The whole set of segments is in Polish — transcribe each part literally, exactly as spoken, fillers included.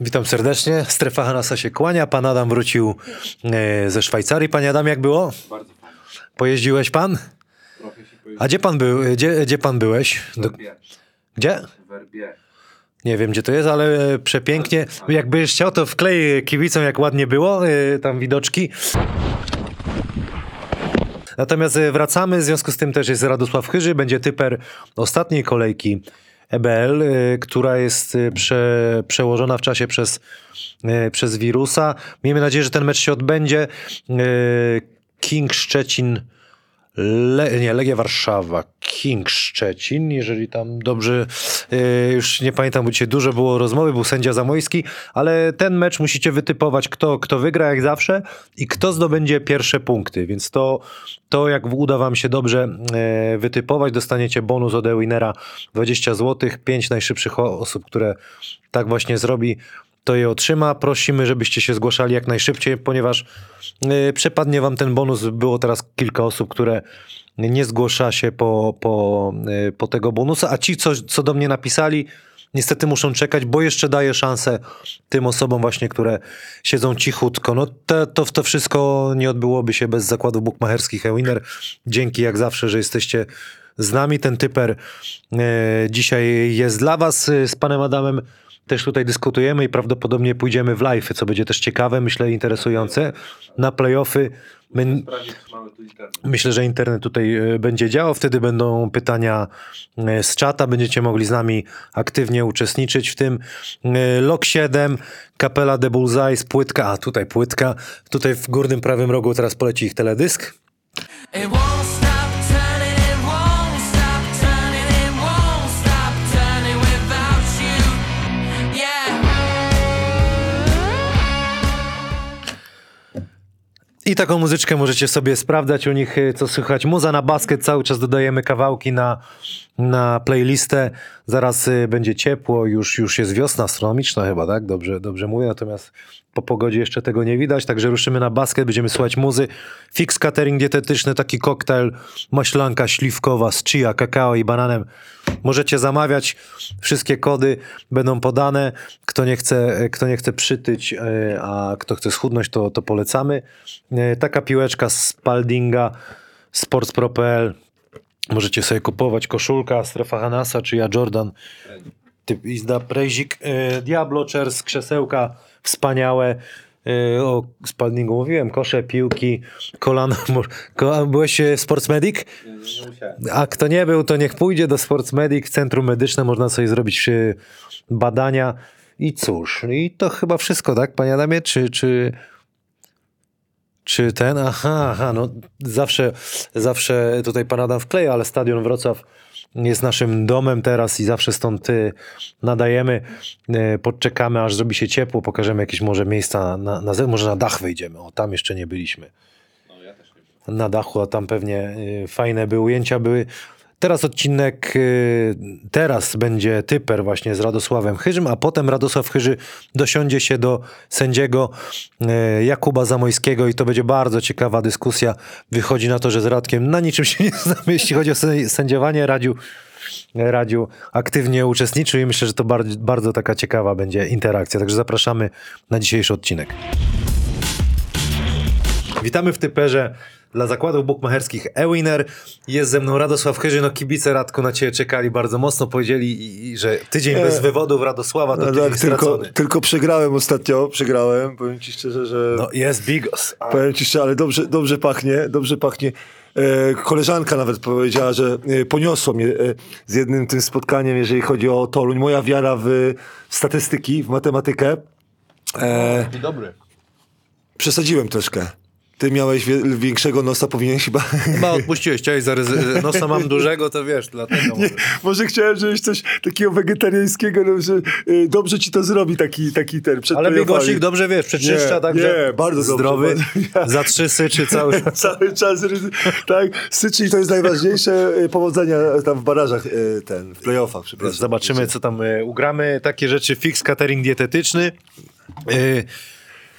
Witam serdecznie. Strefa Hanasa się kłania. Pan Adam wrócił e, ze Szwajcarii. Panie Adam, jak było? Bardzo fajnie. Pojeździłeś pan? Trochę się pojeździłem. A gdzie pan był? Gdzie, gdzie pan byłeś? W Werbie. Gdzie? W Werbie. Nie wiem, gdzie to jest, ale przepięknie. Jakbyś chciał, to wklej kibicom, jak ładnie było. E, tam widoczki. Natomiast wracamy, w związku z tym też jest Radosław Chyży. Będzie typer ostatniej kolejki E B L, y, która jest y, prze, przełożona w czasie przez, y, przez wirusa. Miejmy nadzieję, że ten mecz się odbędzie. Y, King Szczecin, Le, nie, Legia Warszawa, King Szczecin, jeżeli tam dobrze, y, już nie pamiętam, bo dzisiaj dużo było rozmowy, był sędzia Zamojski, ale ten mecz musicie wytypować, kto, kto wygra jak zawsze i kto zdobędzie pierwsze punkty, więc to, to jak uda wam się dobrze y, wytypować, dostaniecie bonus od e-winera dwadzieścia złotych, pięć najszybszych osób, które tak właśnie zrobi, to je otrzyma. Prosimy, żebyście się zgłaszali jak najszybciej, ponieważ yy, przepadnie wam ten bonus. Było teraz kilka osób, które nie zgłasza się po, po, yy, po tego bonusa, a ci, co, co do mnie napisali, niestety muszą czekać, bo jeszcze daję szansę tym osobom właśnie, które siedzą cichutko. No to, to, to wszystko nie odbyłoby się bez zakładów bukmacherskich e-winner. Dzięki jak zawsze, że jesteście z nami. Ten typer yy, dzisiaj jest dla was. Yy, z panem Adamem też tutaj dyskutujemy i prawdopodobnie pójdziemy w live, co będzie też ciekawe, myślę interesujące. Na play-offy my, myślę, że internet tutaj będzie działał. Wtedy będą pytania z czata. Będziecie mogli z nami aktywnie uczestniczyć w tym. Lok siedem, Kapela de Bullseye, płytka. A tutaj płytka. Tutaj w górnym prawym rogu teraz poleci ich teledysk. I taką muzyczkę możecie sobie sprawdzać u nich, co słychać. Muza na basket, cały czas dodajemy kawałki na, na playlistę. Zaraz y, będzie ciepło, już, już jest wiosna astronomiczna chyba, tak? Dobrze, dobrze mówię, natomiast po pogodzie jeszcze tego nie widać, także ruszymy na basket, będziemy słuchać muzy. Fix catering dietetyczny, taki koktajl, maślanka śliwkowa z chia, kakao i bananem. Możecie zamawiać, wszystkie kody będą podane. Kto nie chce, kto nie chce przytyć, a kto chce schudnąć, to, to polecamy. Taka piłeczka z Spaldinga, sportspro kropka p l. Możecie sobie kupować, koszulka, Strefa Hanasa, czy ja Jordan, typ Izda Prezik, Diablo Chairs, krzesełka wspaniałe. O Spaldingu mówiłem, kosze, piłki, kolano. Byłeś w Sports Medic? Nie, nie musiałem. A kto nie był, to niech pójdzie do Sports Medic, w centrum medyczne, można sobie zrobić badania. I cóż, i to chyba wszystko, tak, panie Adamie? Czy, czy, czy ten? Aha, aha, no zawsze, zawsze tutaj pan Adam wkleja, ale Stadion Wrocław jest naszym domem teraz i zawsze stąd y, nadajemy. Y, podczekamy, aż zrobi się ciepło, pokażemy jakieś może miejsca na, na zewnątrz, może na dach wyjdziemy. O, tam jeszcze nie byliśmy. No, ja też nie byłem. Na dachu, a tam pewnie y, fajne były ujęcia były. Teraz odcinek, y, teraz będzie typer właśnie z Radosławem Chyżym, a potem Radosław Chyży dosiądzie się do sędziego y, Jakuba Zamojskiego i to będzie bardzo ciekawa dyskusja. Wychodzi na to, że z Radkiem na niczym się nie znamy, jeśli chodzi o sędziowanie. Radziu, Radziu aktywnie uczestniczył i myślę, że to bardzo, bardzo taka ciekawa będzie interakcja. Także zapraszamy na dzisiejszy odcinek. Witamy w typerze dla zakładów bukmacherskich e-winner. Jest ze mną Radosław Chyży. No kibice, Radku, na ciebie czekali bardzo mocno. Powiedzieli, i, że tydzień e... bez wywodów Radosława to no tydzień tak, tylko, stracony. Tylko przegrałem ostatnio, przegrałem. Powiem ci szczerze, że... No jest bigos. A... Powiem ci szczerze, ale dobrze, dobrze pachnie, dobrze pachnie. E, koleżanka nawet powiedziała, że e, poniosło mnie e, z jednym tym spotkaniem, jeżeli chodzi o Toruń. Moja wiara w, w statystyki, w matematykę. E, Dzień dobry. Przesadziłem troszkę. Ty miałeś wie, większego nosa, powinieneś chyba... Chyba odpuściłeś, chciałeś zaryzy... nosa mam dużego, to wiesz, dlatego... Nie, może chciałem, żebyś coś takiego wegetariańskiego, no, że y, dobrze ci to zrobi taki, taki ten przed Ale bigosik dobrze, wiesz, przeczyszcza, nie, także nie, bardzo zdrowy, dobrze. za trzy syczy cały... cały czas, tak, syczy i to jest najważniejsze, y, powodzenia tam w barażach, y, ten, w playoffach, przepraszam. Zobaczymy, co tam y, ugramy, takie rzeczy, fix catering dietetyczny, y,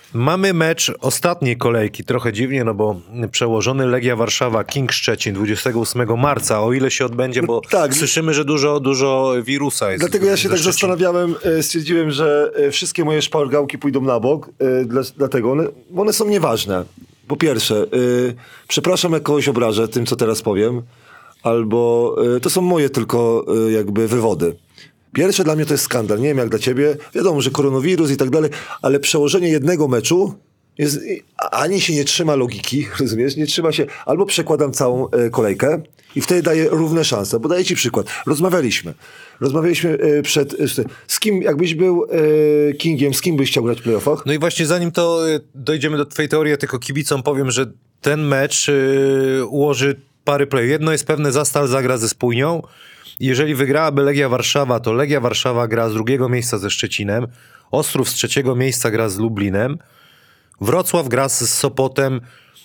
Mamy mecz ostatniej kolejki, trochę dziwnie, no bo przełożony Legia Warszawa, King Szczecin dwudziestego ósmego marca, o ile się odbędzie, bo tak. słyszymy, że dużo, dużo wirusa jest. Dlatego ja się ze tak Szczecina. zastanawiałem, e, stwierdziłem, że e, wszystkie moje szpargałki pójdą na bok, e, dla, dlatego one, one są nieważne. Po pierwsze, e, przepraszam, jak kogoś obrażę tym, co teraz powiem, albo e, to są moje tylko e, jakby wywody. Pierwsze dla mnie to jest skandal, nie wiem jak dla ciebie, wiadomo, że koronawirus i tak dalej, ale przełożenie jednego meczu jest, ani się nie trzyma logiki, rozumiesz, nie trzyma się, albo przekładam całą e, kolejkę i wtedy daję równe szanse, bo daję ci przykład. Rozmawialiśmy, rozmawialiśmy e, przed, e, z kim, jakbyś był e, Kingiem, z kim byś chciał grać w playoffach? No i właśnie zanim to y, dojdziemy do twojej teorii, ja tylko kibicom powiem, że ten mecz y, ułoży pary play. Jedno jest pewne, Zastal zagra ze Spójnią. Jeżeli wygrałaby Legia Warszawa, to Legia Warszawa gra z drugiego miejsca ze Szczecinem, Ostrów z trzeciego miejsca gra z Lublinem, Wrocław gra z Sopotem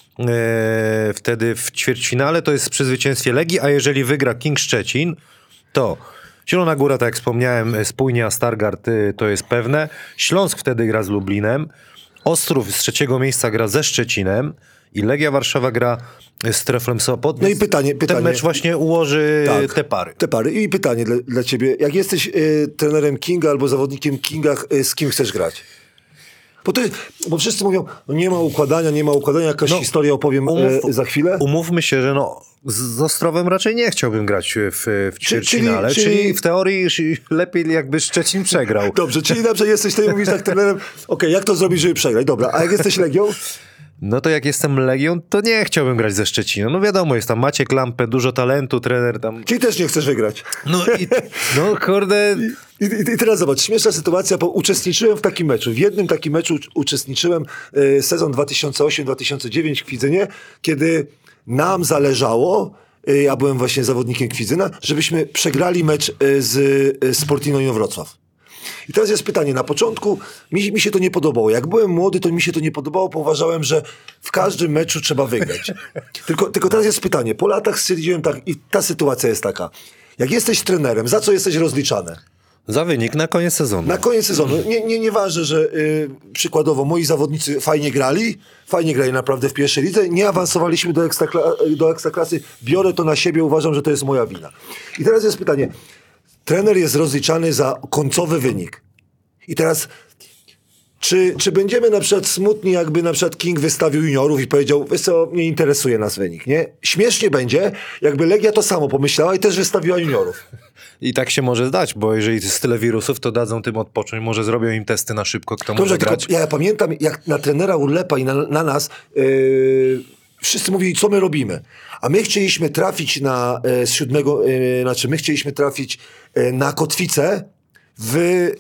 e, wtedy w ćwierćfinale, to jest przy zwycięstwie Legii, a jeżeli wygra King Szczecin, to Zielona Góra, tak jak wspomniałem, Spójnia, Stargard, y, to jest pewne, Śląsk wtedy gra z Lublinem, Ostrów z trzeciego miejsca gra ze Szczecinem i Legia Warszawa gra z Treflem Sopot. No i pytanie, pytanie. Ten mecz właśnie ułoży Tak. te pary. Te pary. I pytanie dla, dla ciebie, jak jesteś y, trenerem Kinga albo zawodnikiem Kinga, y, z kim chcesz grać? Bo, to, bo wszyscy mówią, no nie ma układania, nie ma układania, jakaś No, historię opowiem umów- e, za chwilę. Umówmy się, że no, z, z Ostrowem raczej nie chciałbym grać w, w ćwierćfinale, czyli- czyli, czyli- w teorii lepiej jakby Szczecin przegrał. Dobrze, czyli na przykład jesteś tutaj i mówisz tak trenerem, okej, jak to zrobić, żeby przegrać? Dobra, a jak jesteś Legią? No to jak jestem Legią, to nie chciałbym grać ze Szczecinem. No wiadomo, jest tam Maciek Lampę, dużo talentu, trener tam... Czyli też nie chcesz wygrać. No i, no kurde... I, i, I teraz zobacz, śmieszna sytuacja, bo uczestniczyłem w takim meczu. W jednym takim meczu ucz- uczestniczyłem e, sezon dwa tysiące osiem dwa tysiące dziewięć w Kwidzynie, kiedy nam zależało, e, ja byłem właśnie zawodnikiem Kwidzyna, żebyśmy przegrali mecz e, z e, Sportino Wrocław. I teraz jest pytanie, na początku mi, mi się to nie podobało. Jak byłem młody, to mi się to nie podobało, bo uważałem, że w każdym meczu trzeba wygrać. tylko, tylko teraz jest pytanie, po latach stwierdziłem tak, i ta sytuacja jest taka. Jak jesteś trenerem, za co jesteś rozliczany? Za wynik na koniec sezonu. Na koniec sezonu. Nie, nie, nieważne, że y, przykładowo moi zawodnicy fajnie grali, fajnie grali naprawdę w pierwszej lidze, nie awansowaliśmy do, ekstrakla- do ekstraklasy, biorę to na siebie, uważam, że to jest moja wina. I teraz jest pytanie, trener jest rozliczany za końcowy wynik. I teraz, czy, czy będziemy na przykład smutni, jakby na przykład King wystawił juniorów i powiedział, wiesz co, nie interesuje nas wynik, nie? Śmiesznie będzie, jakby Legia to samo pomyślała i też wystawiła juniorów. I tak się może zdać, bo jeżeli jest tyle wirusów, to dadzą tym odpocząć, może zrobią im testy na szybko, kto Dobrze, może tylko grać. ja, ja pamiętam, jak na trenera Urlepa i na, na nas yy, wszyscy mówili, co my robimy. A my chcieliśmy trafić na e, z siódmego, e, znaczy my chcieliśmy trafić e, na Kotwicę w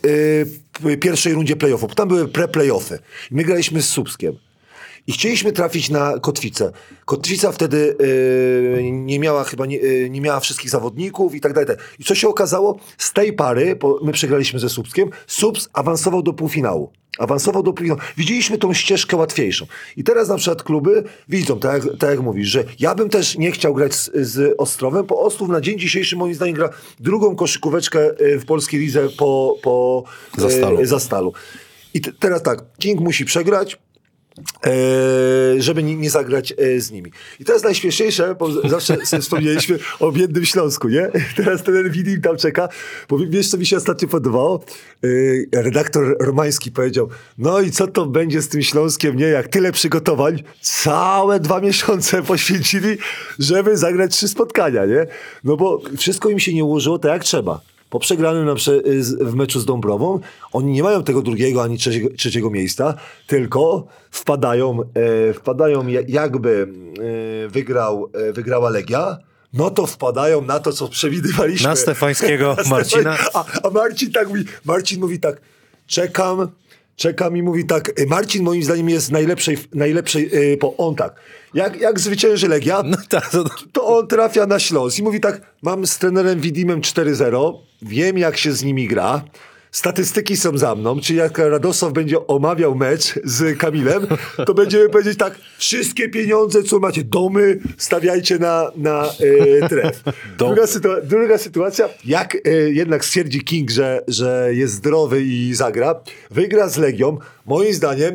e, pierwszej rundzie playoffów. Tam były pre-playoffy. My graliśmy z Słupskiem. I chcieliśmy trafić na Kotwicę. Kotwica wtedy e, nie miała chyba nie, e, nie miała wszystkich zawodników i tak dalej. I co się okazało? Z tej pary, bo my przegraliśmy ze Słupskiem, Słups awansował do półfinału. Awansował do półfinału. Widzieliśmy tą ścieżkę łatwiejszą. I teraz na przykład kluby widzą, tak jak, tak jak mówisz, że ja bym też nie chciał grać z, z Ostrowem, bo Ostrów na dzień dzisiejszy moim zdaniem gra drugą koszykóweczkę e, w polskiej lidze po, po Zastalu. E, Zastalu. I te, teraz tak, King musi przegrać, E, żeby nie, nie zagrać e, z nimi. I to jest najśmieszniejsze, bo zawsze sobie wspomnieliśmy o biednym Śląsku, nie? Teraz ten Widim tam czeka, bo wiesz, co mi się ostatnio podobało? E, redaktor Romański powiedział, no i co to będzie z tym Śląskiem, nie? Jak tyle przygotowań, całe dwa miesiące poświęcili, żeby zagrać trzy spotkania, nie? No bo wszystko im się nie ułożyło tak, jak trzeba. Po przegranym na prze, w meczu z Dąbrową, oni nie mają tego drugiego ani trzeciego, trzeciego miejsca, tylko wpadają, e, wpadają jakby e, wygrał, e, wygrała Legia, no to wpadają na to, co przewidywaliśmy. Na Stefańskiego Na Marcina. A, a Marcin tak mówi, Marcin mówi tak, czekam, czekam i mówi tak, e, Marcin moim zdaniem jest najlepszej, najlepszej e, bo on tak, jak, jak zwycięży Legia, No tak, to, to on trafia na Śląsk i mówi tak, mam z trenerem Widimem cztery zero, wiem jak się z nimi gra, statystyki są za mną, czyli jak Radosław będzie omawiał mecz z Kamilem, to będziemy powiedzieć tak, wszystkie pieniądze, co macie, domy, stawiajcie na, na e, tref. Druga, sytu- druga sytuacja, jak e, jednak stwierdzi King, że, że jest zdrowy i zagra, wygra z Legią, moim zdaniem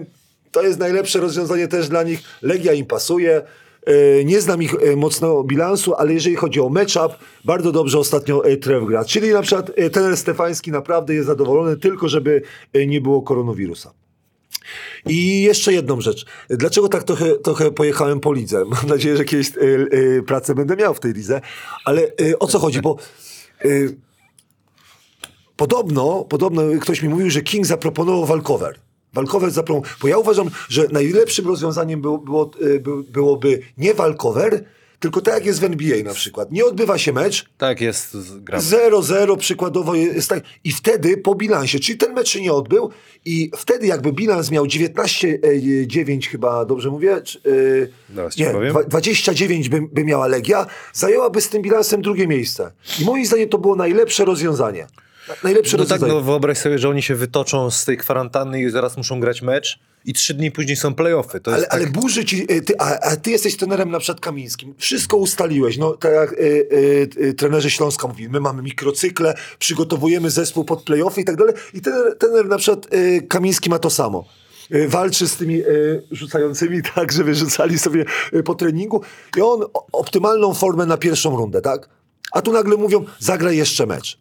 to jest najlepsze rozwiązanie też dla nich. Legia im pasuje. Nie znam ich mocno bilansu, ale jeżeli chodzi o matchup, bardzo dobrze ostatnio Trev gra. Czyli na przykład trener Stefański naprawdę jest zadowolony, tylko żeby nie było koronawirusa. I jeszcze jedną rzecz. Dlaczego tak trochę, trochę pojechałem po lidze? Mam nadzieję, że kiedyś y, y, pracę będę miał w tej lidze. Ale y, o co chodzi? Bo y, podobno, podobno ktoś mi mówił, że King zaproponował walkover. Walkover zaproponował. Bo ja uważam, że najlepszym rozwiązaniem było, było, y, byłoby nie walkover, tylko tak jak jest w N B A na przykład. Nie odbywa się mecz. Tak jest z- gra. zero zero przykładowo jest tak. I wtedy po bilansie, czyli ten mecz się nie odbył i wtedy jakby bilans miał dziewiętnaście dziewięć chyba, dobrze mówię? Czy, yy, Zaraz ci nie, powiem. dwa- dwadzieścia dziewięć by, by miała Legia, zajęłaby z tym bilansem drugie miejsce. I moim zdaniem to było najlepsze rozwiązanie. Najlepsze No tak, rozwiązanie. no wyobraź sobie, że oni się wytoczą z tej kwarantanny i zaraz muszą grać mecz i trzy dni później są play-offy. To Ale, jest ale tak... burzy ci, y, ty, a, a ty jesteś trenerem na przykład Kamińskim. Wszystko ustaliłeś. No, tak jak y, y, y, trenerzy Śląska mówili, my mamy mikrocykle, przygotowujemy zespół pod play-offy i tak dalej. I trener, trener na przykład y, Kamiński ma to samo. Y, walczy z tymi y, rzucającymi tak, żeby rzucali sobie y, po treningu. I on o, optymalną formę na pierwszą rundę, tak? A tu nagle mówią, zagraj jeszcze mecz.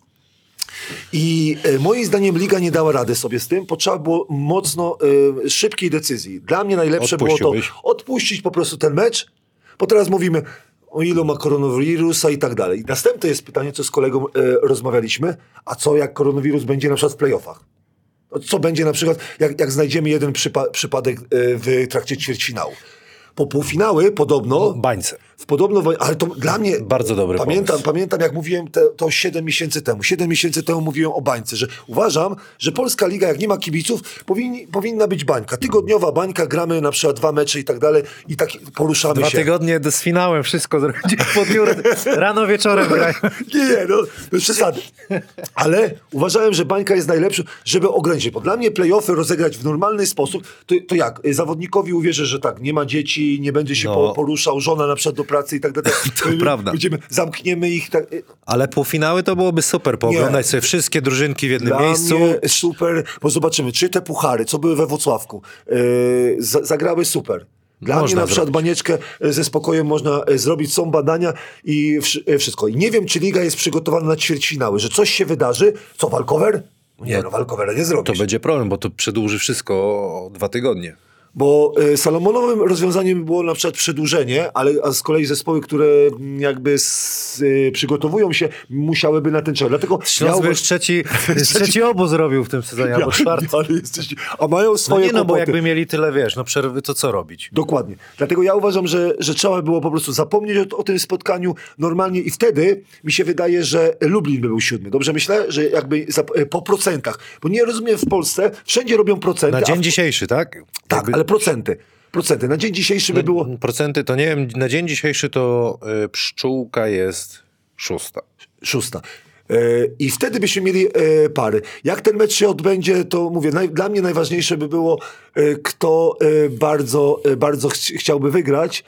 I e, moim zdaniem Liga nie dała rady sobie z tym, potrzeba było mocno e, szybkiej decyzji. Dla mnie najlepsze było to Odpuściłbyś? odpuścić po prostu ten mecz, bo teraz mówimy o ilu ma koronawirusa i tak dalej. Następne jest pytanie, co z kolegą e, rozmawialiśmy, a co jak koronawirus będzie na przykład w playoffach? No, co będzie na przykład, jak, jak znajdziemy jeden przypa- przypadek e, w trakcie ćwierćfinału? Po półfinały podobno... Bańce. W podobno, ale to dla mnie... Bardzo dobry pamiętam, pomysł. Pamiętam, jak mówiłem te, to siedem miesięcy temu. siedem miesięcy temu mówiłem o bańce, że uważam, że Polska Liga, jak nie ma kibiców, powinni, powinna być bańka. Tygodniowa bańka, gramy na przykład dwa mecze i tak dalej i tak poruszamy Dwa się. tygodnie z finałem, wszystko zrobić pod biurem. Rano wieczorem grają. Nie, nie, no, bez przesady. Ale uważałem, że bańka jest najlepsza, żeby ograniczyć. Bo dla mnie play-offy rozegrać w normalny sposób, to, to jak? Zawodnikowi uwierzę, że tak, nie ma dzieci, nie będzie się No. po, poruszał, żona na przykład do pracy i tak dalej. To prawda. Będziemy, zamkniemy ich. Tak. Ale półfinały to byłoby super, pooglądać sobie wszystkie drużynki w jednym Dla miejscu. mnie super, bo zobaczymy, czy te puchary, co były we Włocławku, yy, za, zagrały super. Dla Można mnie na przykład zrobić. banieczkę e, ze spokojem można e, zrobić, są badania i wszy- e, wszystko. I nie wiem, czy Liga jest przygotowana na ćwierćfinały, że coś się wydarzy. Co, walkover? Nie, no walkowera nie To zrobisz. będzie problem, bo to przedłuży wszystko o, o dwa tygodnie. Bo e, Salomonowym rozwiązaniem było na przykład przedłużenie, ale a z kolei zespoły, które mm, jakby s, e, przygotowują się, musiałyby na ten czas. Dlatego Śląsk by już trzeci, trzeci obóz robił w tym sezonie, albo czwarty. Ale jesteś, a mają No swoje nie no, bo kłopoty. jakby mieli tyle, wiesz, no przerwy, to co robić? Dokładnie. Dlatego ja uważam, że, że trzeba było po prostu zapomnieć o, o tym spotkaniu normalnie i wtedy mi się wydaje, że Lublin by był siódmy. Dobrze myślę? Że jakby za, po procentach. Bo nie rozumiem w Polsce, wszędzie robią procenty. Na a dzień w, dzisiejszy, tak? Tak, Jakby- ale procenty. Procenty. Na dzień dzisiejszy by było Procenty to nie wiem, na dzień dzisiejszy to y, pszczółka jest szósta. szósta. E, I wtedy byśmy mieli e, pary. Jak ten mecz się odbędzie, to mówię, naj, dla mnie najważniejsze by było, e, kto e, bardzo, e, bardzo ch chciałby wygrać,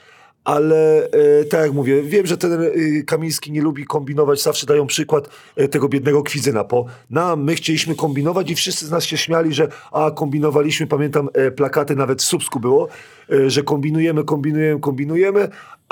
ale e, tak jak mówię, wiem, że ten e, Kamiński nie lubi kombinować, zawsze dają przykład e, tego biednego Kwidzyna. Po nam, my chcieliśmy kombinować i wszyscy z nas się śmiali, że a kombinowaliśmy, pamiętam e, plakaty nawet w Słupsku było, e, że kombinujemy, kombinujemy, kombinujemy,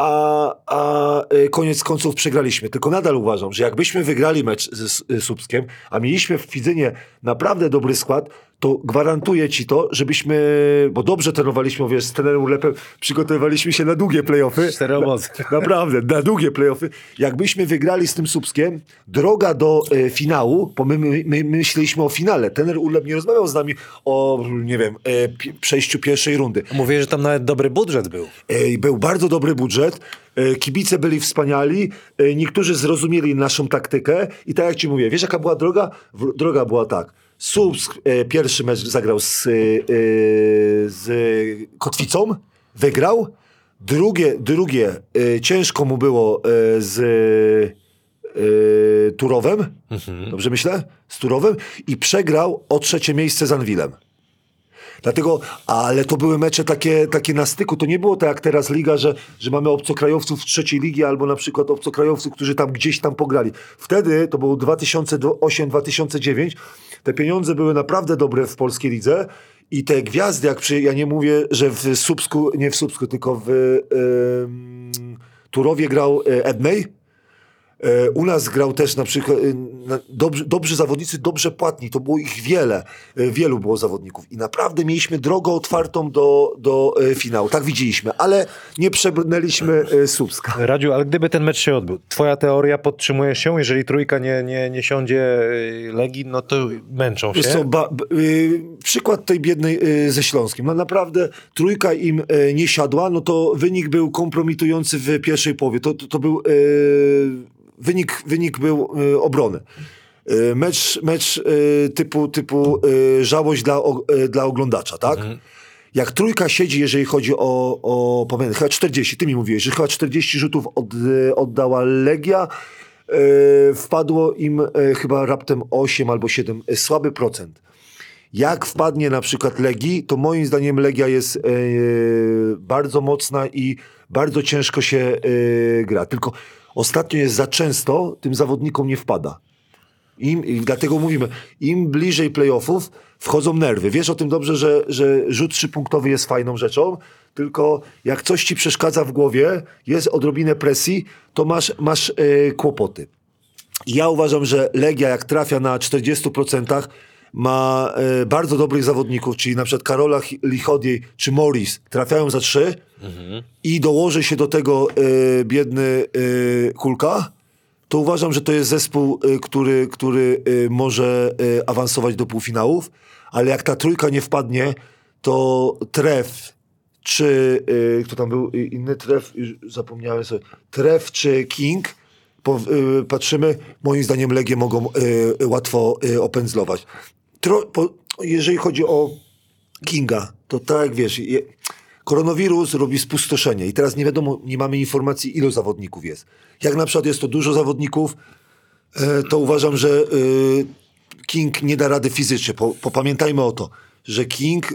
a, a e, koniec końców przegraliśmy. Tylko nadal uważam, że jakbyśmy wygrali mecz ze S- e, Słupskiem, a mieliśmy w Kwidzynie naprawdę dobry skład, to gwarantuję ci to, żebyśmy, bo dobrze trenowaliśmy, wiesz, z trenerem Ulepem przygotowywaliśmy się na długie play-offy. Cztery obozy. Na, naprawdę, na długie play-offy. Jakbyśmy wygrali z tym Słupskiem, droga do e, finału, bo my, my, my myśleliśmy o finale. Trener Ulep nie rozmawiał z nami o, nie wiem, e, pi- przejściu pierwszej rundy. Mówię, że tam nawet dobry budżet był. E, był bardzo dobry budżet, e, kibice byli wspaniali, e, niektórzy zrozumieli naszą taktykę i tak jak ci mówię, wiesz jaka była droga? W, droga była tak. Słupsk e, pierwszy mecz zagrał z, e, e, z Kotwicą, wygrał. Drugie, drugie e, ciężko mu było e, z e, Turowem, dobrze myślę? Z Turowem i przegrał o trzecie miejsce z Anwilem. Dlatego, ale to były mecze takie, takie na styku. To nie było tak jak teraz Liga, że, że mamy obcokrajowców w trzeciej ligi albo na przykład obcokrajowców, którzy tam gdzieś tam pograli. Wtedy, to było dwa tysiące osiem dwa tysiące dziewięć, te pieniądze były naprawdę dobre w polskiej lidze I te gwiazdy, jak przy, ja nie mówię, że w Słupsku, nie w Słupsku, tylko w ym, Turowie grał e, Edney. E, u nas grał też na przykład e, na, dobrzy, dobrzy zawodnicy, dobrze płatni. To było ich wiele, e, wielu było zawodników. I naprawdę mieliśmy drogę otwartą do, do e, finału. Tak widzieliśmy, ale nie przebrnęliśmy e, Słupska. Radziu, ale gdyby ten mecz się odbył, twoja teoria podtrzymuje się, jeżeli trójka nie, nie, nie siądzie y, Legii, no to męczą się. Wiesz co, ba, b, y, przykład tej biednej y, ze Śląskiem. No naprawdę trójka im y, nie siadła, no to wynik był kompromitujący w pierwszej połowie. To, to, to był y, wynik, wynik był y, obrony. Y, mecz mecz y, typu, typu y, żałość dla, o, y, dla oglądacza, tak? Mhm. Jak trójka siedzi, jeżeli chodzi o, o pamiętam, chyba czterdzieści, ty mi mówiłeś, że chyba czterdzieści rzutów od, oddała Legia, Yy, wpadło im yy, chyba raptem osiem albo siedem, yy, słaby procent. Jak wpadnie na przykład Legii, to moim zdaniem Legia jest yy, bardzo mocna i bardzo ciężko się yy, gra. Tylko ostatnio jest za często, tym zawodnikom nie wpada. Im, i dlatego mówimy, im bliżej playoffów wchodzą nerwy. Wiesz o tym dobrze, że, że rzut trzypunktowy jest fajną rzeczą, tylko jak coś ci przeszkadza w głowie, jest odrobinę presji, to masz, masz yy, kłopoty. I ja uważam, że Legia jak trafia na czterdzieści procent ma yy, bardzo dobrych zawodników, czyli na przykład Karola Lichodiej czy Morris trafiają za trzy mhm. i dołoży się do tego yy, biedny yy, Kulka, to uważam, że to jest zespół, y, który, który y, może y, awansować do półfinałów, ale jak ta trójka nie wpadnie, to Tref czy, y, kto tam był, y, inny Tref, już zapomniałem sobie, Tref czy King, po, y, patrzymy, moim zdaniem Legie mogą y, łatwo y, opędzlować. Tro, po, jeżeli chodzi o Kinga, to tak jak wiesz, je, koronawirus robi spustoszenie i teraz nie wiadomo, nie mamy informacji, ilu zawodników jest. Jak na przykład jest to dużo zawodników, to uważam, że King nie da rady fizycznie. Popamiętajmy o to, że King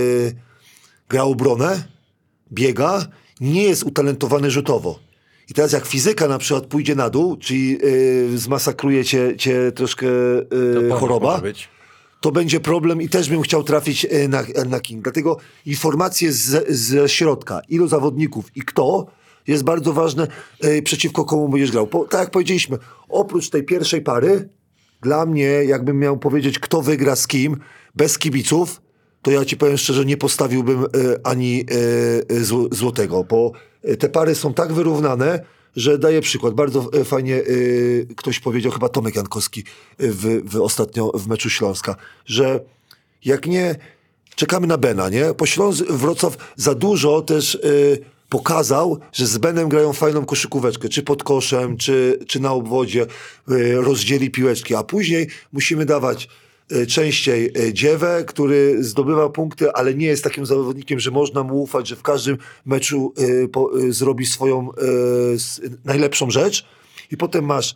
gra obronę, biega, nie jest utalentowany rzutowo. I teraz jak fizyka na przykład pójdzie na dół, czyli zmasakruje cię, cię troszkę choroba, to będzie problem i też bym chciał trafić na, na King. Dlatego informacje z, ze środka, ilu zawodników i kto, jest bardzo ważne, e, przeciwko komu będziesz grał. Po, tak jak powiedzieliśmy, oprócz tej pierwszej pary, dla mnie, jakbym miał powiedzieć, kto wygra z kim, bez kibiców, to ja ci powiem szczerze, nie postawiłbym e, ani e, zł, złotego, bo te pary są tak wyrównane, że daję przykład. Bardzo e, fajnie e, ktoś powiedział, chyba Tomek Jankowski w, w ostatnio w meczu Śląska, że jak nie, czekamy na Bena, nie? Po Śląsk, Wrocław za dużo też e, pokazał, że z Benem grają fajną koszykóweczkę, czy pod koszem, czy, czy na obwodzie, e, rozdzieli piłeczki, a później musimy dawać e, częściej e, Dziewę, który zdobywa punkty, ale nie jest takim zawodnikiem, że można mu ufać, że w każdym meczu e, po, e, zrobi swoją e, s, najlepszą rzecz. I potem masz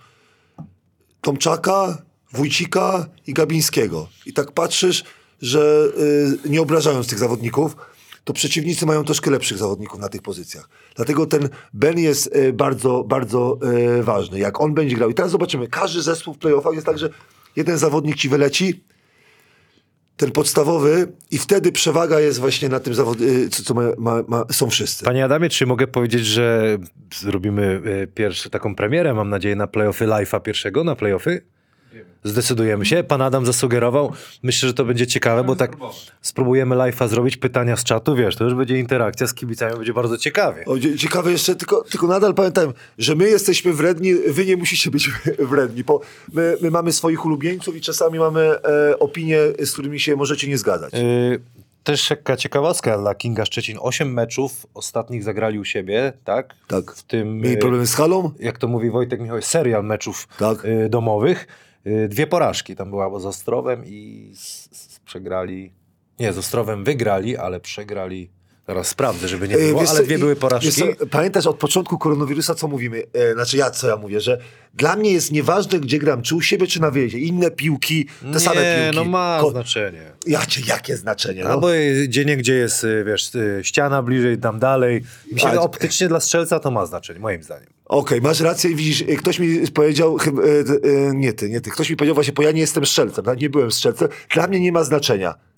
Tomczaka, Wójcika i Gabińskiego. I tak patrzysz, że e, nie obrażając tych zawodników, to przeciwnicy mają troszkę lepszych zawodników na tych pozycjach. Dlatego ten Ben jest e, bardzo, bardzo e, ważny. Jak on będzie grał. I teraz zobaczymy, każdy zespół w playoffach jest tak, że jeden zawodnik ci wyleci, ten podstawowy, i wtedy przewaga jest właśnie na tym zawodniku, co, co ma, ma, ma, są wszyscy. Panie Adamie, czy mogę powiedzieć, że zrobimy e, pierwszą taką premierę, mam nadzieję, na playoffy live'a pierwszego, na playoffy? Zdecydujemy się. Pan Adam zasugerował. Myślę, że to będzie ciekawe, bo tak spróbujemy live'a zrobić, pytania z czatu, wiesz, to już będzie interakcja z kibicami, będzie bardzo ciekawie. O, ciekawe jeszcze, tylko, tylko nadal pamiętam, że my jesteśmy wredni, wy nie musicie być wredni, bo my, my mamy swoich ulubieńców i czasami mamy e, opinie, z którymi się możecie nie zgadzać. Yy, też taka ciekawostka dla Kinga Szczecin. Osiem meczów ostatnich zagrali u siebie, tak? Tak. W tym, Mieli problemy z halą? Jak to mówi Wojtek Michał, serial meczów tak. y, domowych. Y, dwie porażki tam była, bo z Ostrowem i z, z, przegrali. Nie, z Ostrowem wygrali, ale przegrali. Zaraz sprawdzę, żeby nie było, wiesz ale co, dwie i, były porażki. Co, pamiętasz od początku koronawirusa, co mówimy? E, znaczy ja, co ja mówię, że dla mnie jest nieważne, gdzie gram, czy u siebie, czy na wyjeździe. Inne piłki, te nie, same piłki. no ma Ko- znaczenie. Jakie, jakie znaczenie? No? Albo gdzie niegdzie jest, wiesz, ściana bliżej, tam dalej. Myślę, że optycznie dla strzelca to ma znaczenie, moim zdaniem. Okej, okay, masz rację i widzisz, ktoś mi powiedział, chyba, e, e, nie ty, nie ty, ktoś mi powiedział właśnie, bo ja nie jestem strzelcem, nie byłem strzelcem, dla mnie nie ma znaczenia.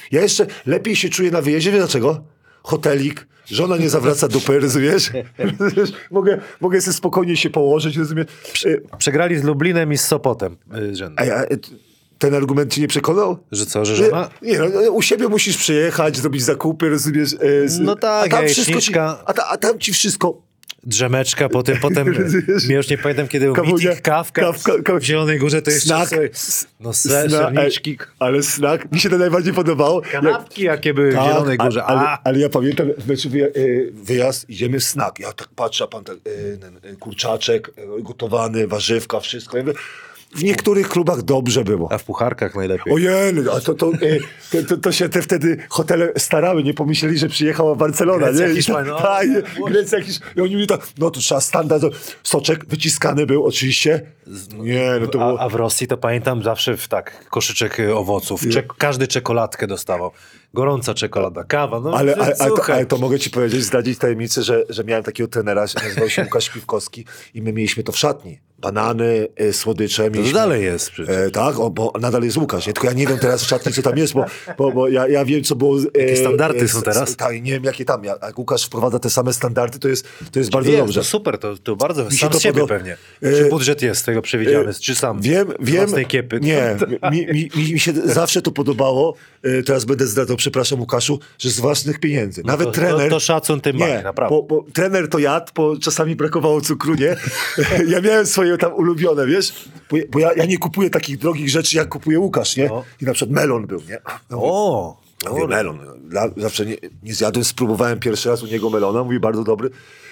Ja jeszcze lepiej się czuję na wyjeździe, wiesz dlaczego? Hotelik, żona nie zawraca dupy, rozumiesz? Rozumiesz? mogę, mogę sobie spokojnie się położyć, rozumiesz? Y, Przegrali z Lublinem i z Sopotem y, rzędem. A ja, y, ten argument ci nie przekonał? Że co, że żona? Nie, no, u siebie musisz przyjechać, zrobić zakupy, rozumiesz? Y, z, No tak, a tam, wszystko ci, jajeczniczka. a, ta, a tam ci wszystko... Drzemeczka, potem, potem ja już nie pamiętam kiedy był Kawunia, meeting, kawka, kawka, kawka. w Zielonej Górze to jeszcze Snack. sobie, no se, serniczki, Ale snack, mi się to najbardziej podobało. kanapki jakie były w Tak, Zielonej Górze. ale, A, ale, ale ja pamiętam, znaczy wyja, y, wyjazd, idziemy w snack. Ja tak patrzę, a pan tak, y, ten, y, kurczaczek, y, gotowany, warzywka, wszystko. Ja mówię, w niektórych klubach dobrze było. a w pucharkach najlepiej. Ojej, a to, to, y, to, to, to się te wtedy hotele starały, nie pomyśleli, że przyjechała Barcelona. Grecja, nie? I Hiszpania, ta- tak, no. Grecja, Hiszpania. I oni mówili tak, no to trzeba standard. Soczek wyciskany był oczywiście. Nie, no to było... A, a w Rosji to pamiętam zawsze w tak, koszyczek y, owoców. Czek, każdy czekoladkę dostawał. Gorąca czekolada, kawa, no Ale, ale, ale, to, słuchaj. ale to mogę ci powiedzieć, zdradzić tajemnicę, że, że miałem takiego trenera, nazywał się Łukasz Piwkowski i my mieliśmy to w szatni. Banany, y, słodycze. To Mieliśmy, dalej jest przecież. E, tak, o, bo nadal jest Łukasz, nie? Tylko ja nie wiem teraz w szatni, co tam jest, bo, bo, bo ja, ja wiem, co było... E, Jakie standardy e, są teraz? Tak, nie wiem, jakie tam. Ja, jak Łukasz wprowadza te same standardy, to jest, to jest bardzo Jest, dobrze. to super, to, to bardzo, się sam to z siebie podo- pewnie. E, Czy budżet jest tego przewidziany, czy sam Wiem, z wiem. własnej kiepy? Nie, mi, mi, mi, mi się zawsze to podobało, e, teraz będę zdradzał, przepraszam Łukaszu, że z własnych pieniędzy. Nawet to, trener... To, to szacun tym Nie, bardziej, naprawdę. bo, bo trener to jadł, bo czasami brakowało cukru, nie? Ja miałem swoje tam ulubione, wiesz? Bo, bo ja, ja nie kupuję takich drogich rzeczy, jak kupuje Łukasz, nie? No. I na przykład melon był, nie? No, O, ja mówię, melon. Dla, zawsze nie, nie zjadłem, spróbowałem pierwszy raz u niego melona, mówi bardzo dobry.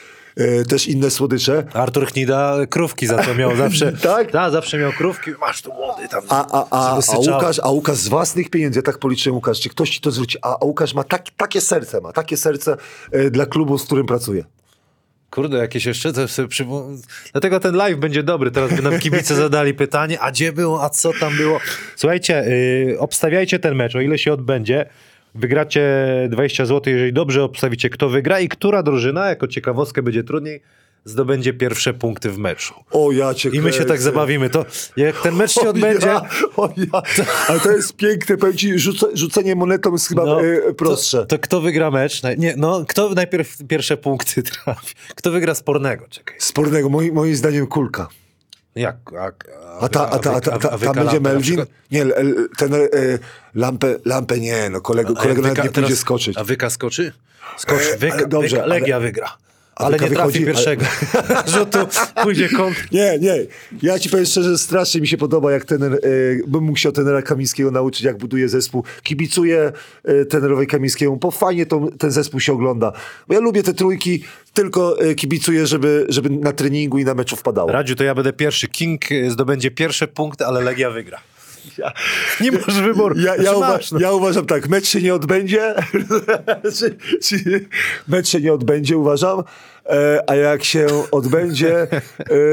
E, też inne słodycze. Artur Chnida krówki za to miał zawsze. Tak? Da, zawsze miał krówki. Masz tu młody tam. A, a, a, a, wysyczały. Łukasz, a Łukasz z własnych pieniędzy, ja tak policzyłem, Łukasz, czy ktoś ci to zwróci, a, a Łukasz ma tak, takie serce, ma takie serce e, dla klubu, z którym pracuje. Kurde, jakieś jeszcze to sobie przypom... Dlatego ten live będzie dobry. Teraz by nam kibice zadali pytanie, a gdzie było, a co tam było. Słuchajcie, yy, obstawiajcie ten mecz, o ile się odbędzie. Wygracie dwadzieścia złotych, jeżeli dobrze obstawicie, kto wygra i która drużyna, jako ciekawostkę będzie trudniej, zdobędzie pierwsze punkty w meczu. O, ja cię I my się tak kręcę. zabawimy. To jak ten mecz się O odbędzie... Ja, o ja. Ale to jest piękne, powiem ci, rzuce, rzucenie monetą jest chyba No, e, prostsze. To, to kto wygra mecz? Naj- Nie, no, kto najpierw pierwsze punkty trafi? Kto wygra spornego? Czekaj. Spornego, moim, moim zdaniem kulka. Jak? A, A, ta, a, ta, a, ta, a, ta, tam będzie Melvin? Nie, l- l- ten e, lampę, lampę nie, no kolego, kolego nawet nie pójdzie skoczyć. A Wyka skoczy? Skoczy. E, Wyka, ale dobrze, Wyka, Legia ale- wygra. a Ale Wyka nie trafi wychodzi, pierwszego. Rzutu pójdzie kąt. Nie, nie. Ja ci powiem szczerze, strasznie mi się podoba, jak trener, e, bym mógł się od trenera Kamińskiego nauczyć, jak buduje zespół. Kibicuję e, trenerowi Kamińskiemu, bo fajnie to, ten zespół się ogląda. Bo ja lubię te trójki, tylko e, kibicuję, żeby, żeby na treningu i na meczu wpadało. Radziu, to ja będę pierwszy. King y, zdobędzie pierwsze punkty, ale Legia wygra. Nie masz wyboru. Ja, ja, Znaczy uwa- masz, no. ja uważam tak, mecz się nie odbędzie, czy, czy, mecz się nie odbędzie, uważam, e, a jak się odbędzie, e,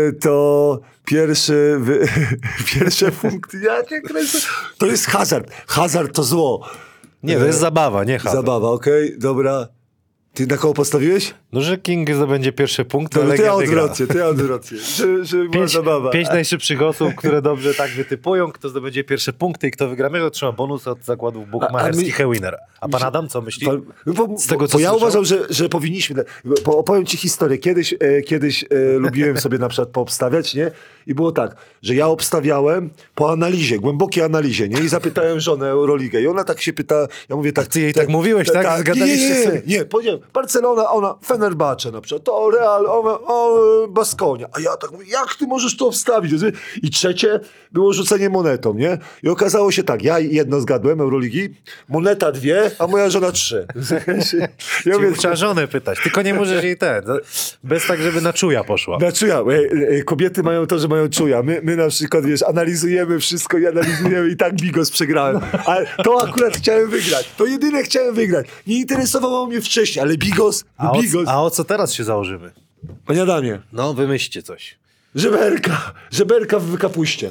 to pierwszy, wy, pierwsze punkty, ja cię kręcę. To jest hazard, hazard to zło. Nie, to jest zabawa, nie hazard. Zabawa, okej, dobra. Ty na koło postawiłeś? No, że King zdobędzie pierwsze punkty, a To, to Legia ja wygra. odwrotnie, to ja odwrotnie. Że, że była Pięć, zabawa. pięć najszybszych osób, które dobrze tak wytypują, kto zdobędzie pierwsze punkty i kto wygra mecz, otrzyma bonus od zakładów bukmacherskich e-winner. A pan Adam co myśli? Pan- Bo, Z tego, bo, co bo ja słyszał? uważam, że, że powinniśmy. Bo opowiem ci historię. Kiedyś, e, kiedyś e, lubiłem sobie na przykład poobstawiać, nie? I było tak, że ja obstawiałem po analizie, głębokiej analizie, nie? I zapytałem żonę Euroligę. I ona tak się pyta, ja mówię tak. ty jej tak mówiłeś, tak? Nie, Zgadaliście nie, sobie? nie, nie, powiedziałem, Barcelona, ona, Fenerbahce na przykład, to Real, ona, o, Baskonia. A ja tak mówię, jak ty możesz to obstawić? I trzecie było rzucenie monetą, nie? I okazało się tak, ja jedno zgadłem Euroligi, moneta dwie, a moja żona trzy. Ja Czyli mówię, trzeba żonę pytać, tylko nie możesz jej ten, bez tak, żeby na czuja poszła. Znaczy ja, e, e, kobiety mają to, że mają czuja. My, my na przykład, wiesz, analizujemy wszystko i analizujemy i tak bigos przegrałem. Ale to akurat chciałem wygrać. To jedyne chciałem wygrać. Nie interesowało mnie wcześniej, ale bigos, A o, bigos. a o co teraz się założymy? Panie Adamie, No, wymyślcie coś. Żeberka, żeberka w kapuście.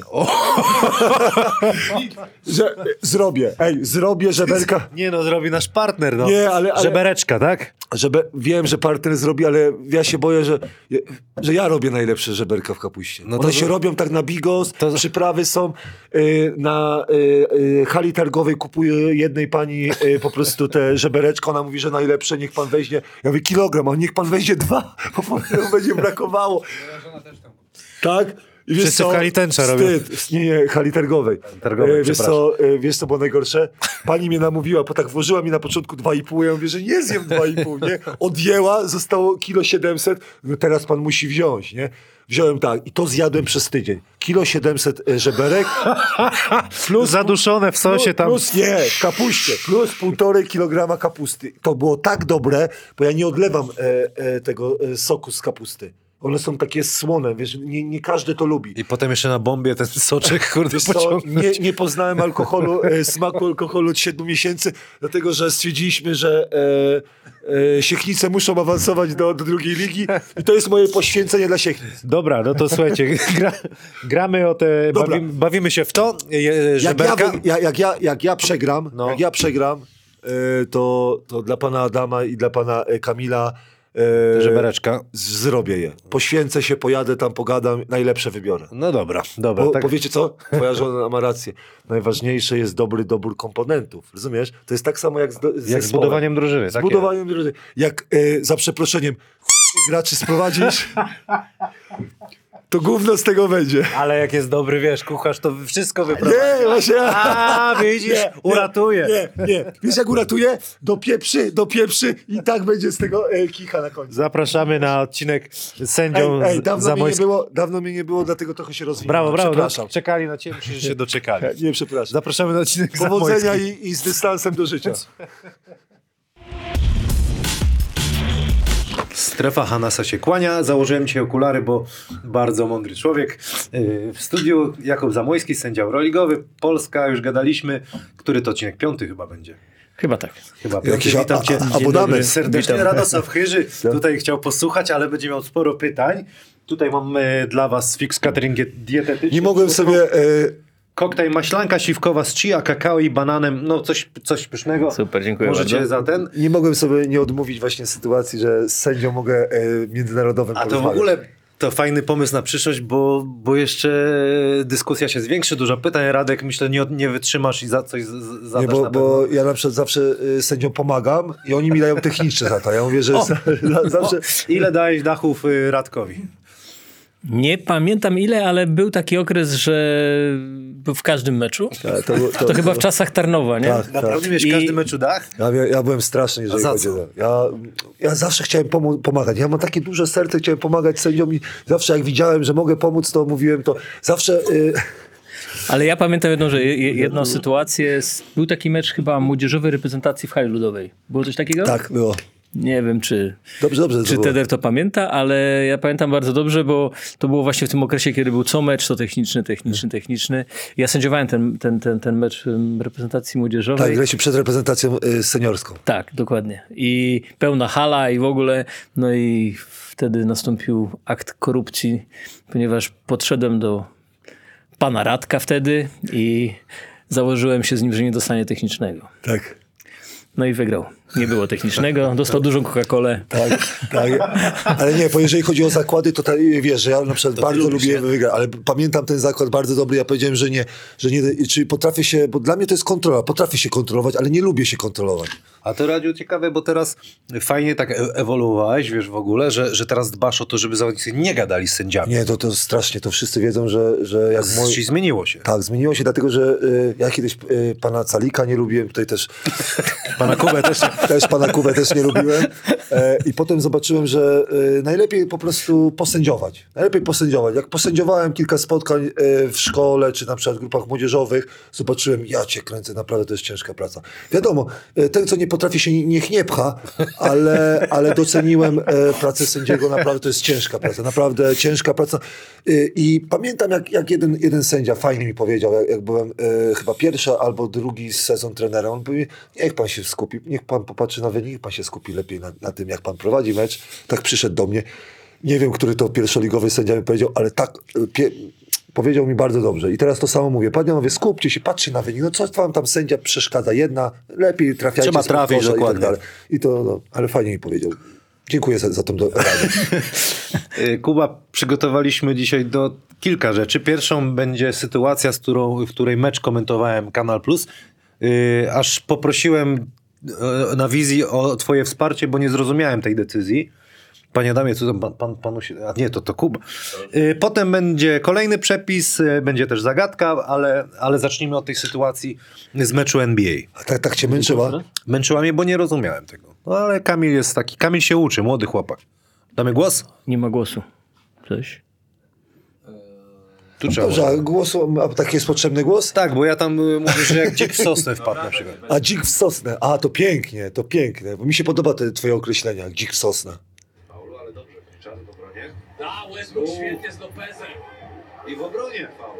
Że, zrobię, ej, zrobię żeberka. Nie no, zrobi nasz partner, no. Nie, ale- ale- Żebereczka, tak? Żeby, wiem, że partner zrobi, ale ja się boję, że, że ja robię najlepsze żeberka w kapuście. No to- One się robią tak na bigos, to- przyprawy są y, na y, y, hali targowej, kupuję jednej pani y, po prostu te żebereczko, ona mówi, że najlepsze, niech pan weźmie, ja mówię kilogram, a niech pan weźmie dwa, bo potem będzie brakowało. Moja żona też tam kupi. Tak? I wiesz Wszyscy co? w hali tęcza robią. Wstyd. Nie, nie, hali targowej. Targowej, E, wiesz, przepraszam. co, e, wiesz co było najgorsze? Pani mnie namówiła, bo tak włożyła mi na początku dwa i pół, ja mówię, że nie zjem dwa i pół, nie? Odjęła, zostało kilo siedemset, no teraz pan musi wziąć, nie? Wziąłem tak i to zjadłem przez tydzień. Kilo siedemset e, żeberek, Plus zaduszone w sosie tam. plus nie, w kapuście, plus półtorej kilograma kapusty. To było tak dobre, bo ja nie odlewam e, e, tego e, soku z kapusty. One są takie słone, wiesz, nie, nie każdy to lubi. I potem jeszcze na bombie ten soczek, kurde, Wiesz co, pociągnąć. nie, nie poznałem alkoholu, e, smaku alkoholu od siedmiu miesięcy, dlatego że stwierdziliśmy, że e, e, Siechnice muszą awansować do, do drugiej ligi i to jest moje poświęcenie dla Siechnic. Dobra, no to słuchajcie, gra, gramy o te, Dobra. bawimy, bawimy się w to, je, Jak ja, żeberka. wy- ja, jak, ja, jak ja przegram, No. jak ja przegram, e, to, to dla pana Adama i dla pana e, Kamila e, Żebereczka. z- zrobię je. Poświęcę się, pojadę tam, pogadam, najlepsze wybiorę. No dobra, dobra. Bo, tak. bo wiecie co? Twoja żona ma rację. Najważniejsze jest dobry dobór komponentów. Rozumiesz? To jest tak samo jak z, do- z Jak z zespołem. budowaniem drużyny. Z tak budowaniem drużyny. Jak e, za przeproszeniem graczy sprowadzisz, to gówno z tego będzie. jest. Ale jak jest dobry, wiesz, kucharz, to wszystko wyprowadzi. Nie, właśnie. A, widzisz, uratuje. Nie, nie. Wiesz jak uratuje? Do pieprzy, do pieprzy i tak będzie z tego e, kicha na końcu. Zapraszamy na odcinek z Ej, sędzią ej, dawno mnie nie Zamojskim. było, dawno mnie nie było, dlatego trochę się rozwinąłem. Brawo, brawo. Przepraszam. No, czekali na ciebie, myślę, że się doczekali. Nie, przepraszam. Zapraszamy na odcinek Powodzenia Zamojski. i, i z dystansem do życia. Strefa Hanasa się kłania. Założyłem dzisiaj okulary, bo bardzo mądry człowiek. Yy, W studiu Jakub Zamojski, sędzia Euroligowy. Polska, już gadaliśmy. Który to odcinek? Piąty chyba będzie. Chyba tak. Chyba piąty. Jakiś a- Witam cię a- a- abonament. Dzień dobry. serdecznie. Witam. Radosław Chyży tutaj chciał posłuchać, ale będzie miał sporo pytań. Tutaj mam e, dla was fix catering dietetyczny. Nie mogłem sobie... E, Koktajl maślanka siwkowa z chia, kakao i bananem. No coś, coś pysznego. Super, dziękuję Możecie bardzo. za ten. nie mogłem sobie nie odmówić właśnie sytuacji, że z sędzią mogę e, międzynarodowym A to w porozmawiać. ogóle to fajny pomysł na przyszłość, bo, bo jeszcze dyskusja się zwiększy, dużo pytań. Radek, myślę, nie, nie wytrzymasz i za coś z- z- zadasz Nie, bo, na pewno. bo ja na przykład zawsze y, sędziom pomagam i oni mi dają techniczne za to. Ja mówię, że O! za, zawsze... Ile dałeś dachów y, Radkowi? Nie pamiętam ile, ale był taki okres, że był w każdym meczu. To, to, To chyba w czasach Tarnowa, nie? Tak. Naprawdę miałeś w I- każdym meczu dach? Ja, ja byłem straszny, jeżeli A za chodzi co? o to. Ja, ja zawsze chciałem pomo- pomagać. Ja mam takie duże serce, chciałem pomagać sędziom i zawsze jak widziałem, że mogę pomóc, to mówiłem to. Zawsze... Y, Ale ja pamiętam jedną, że je- jedną sytuację. z- Był taki mecz chyba młodzieżowej reprezentacji w hali ludowej. Było coś takiego? tak, było. Nie wiem, czy, Dobrze, dobrze. to czy było. Teder to pamięta, ale ja pamiętam bardzo dobrze, bo to było właśnie w tym okresie, kiedy był co mecz, to techniczny, techniczny, techniczny. Ja sędziowałem ten, ten, ten, ten mecz em, reprezentacji młodzieżowej. Tak, graliśmy przed reprezentacją y, seniorską. Tak, dokładnie. I pełna hala i w ogóle, no i wtedy nastąpił akt korupcji, ponieważ podszedłem do pana Radka wtedy i założyłem się z nim, że nie dostanie technicznego. Tak. No i wygrał. Nie było technicznego, dostał dużą Coca-Colę. Tak, tak. Ale nie, bo jeżeli chodzi o zakłady, to ta, wiesz, że ja na przykład bardzo lubisz, lubię nie? wygrać, ale pamiętam ten zakład bardzo dobry, ja powiedziałem, że nie, że nie, czy potrafię się, bo dla mnie to jest kontrola, potrafię się kontrolować, ale nie lubię się kontrolować. A to Radziu ciekawe, bo teraz fajnie tak e- ewoluowałeś, wiesz, w ogóle, że, że teraz dbasz o to, żeby zawodnicy nie gadali z sędziami. Nie, to, to strasznie, to wszyscy wiedzą, że, że jak Z- moi... Ci zmieniło się. Tak, zmieniło się, dlatego że y, ja kiedyś y, pana Calika nie lubiłem, tutaj też, Pana Kubę też nie. też pana Kubę też nie lubiłem e, i potem zobaczyłem, że y, najlepiej po prostu posędziować. Najlepiej posędziować. Jak posędziowałem kilka spotkań y, w szkole, czy na przykład w grupach młodzieżowych, zobaczyłem, ja cię kręcę, naprawdę to jest ciężka praca. Wiadomo, y, ten, co nie potrafi się, niech nie pcha, ale, ale doceniłem y, pracę sędziego, naprawdę to jest ciężka praca, naprawdę ciężka praca. Y, I pamiętam, jak, jak jeden, jeden sędzia fajnie mi powiedział, jak, jak byłem y, chyba pierwszy albo drugi sezon trenera, on mówi, niech pan się skupi, niech pan popatrzy na wynik, niech pan się skupi lepiej na, na tym, jak pan prowadzi mecz. Tak przyszedł do mnie. Nie wiem, który to pierwszoligowy sędzia mi powiedział, ale tak e, pie, powiedział mi bardzo dobrze. I teraz to samo mówię. Panowie, skupcie się, patrzcie na wynik. No co wam tam sędzia przeszkadza? Jedna, lepiej trafiajcie Trzeba z trafić, podkorza dokładnie. I tak dalej. I to, no, ale fajnie mi powiedział. Dziękuję za, za tą do- radę. Y, Kuba, przygotowaliśmy dzisiaj do kilka rzeczy. Pierwszą będzie sytuacja, z którą, w której mecz komentowałem Kanal Plus. Yy, aż poprosiłem yy, na wizji o twoje wsparcie, bo nie zrozumiałem tej decyzji. Panie Adamie, co tam pan, pan, panu się... A nie, to to Kuba. Yy, potem będzie kolejny przepis, yy, będzie też zagadka, ale, ale zacznijmy od tej sytuacji z meczu N B A. A tak, tak cię męczyła? Męczyła mnie, bo nie rozumiałem tego. No ale Kamil jest taki... Kamil się uczy, młody chłopak. Damy głos? Nie ma głosu. Coś? Tu trzeba. Dobrze, a głosu, a taki jest potrzebny głos? Tak, bo ja tam y, mówię, że jak dzik w sosnę wpadł na przykład. A dzik w sosnę. A, to pięknie, to piękne. Bo mi się podoba te twoje określenia, jak dzik w sosnę. Paulu, ale dobrze, czas w obronie. Da, Westbrook świetnie z Lopezem. I w obronie faul.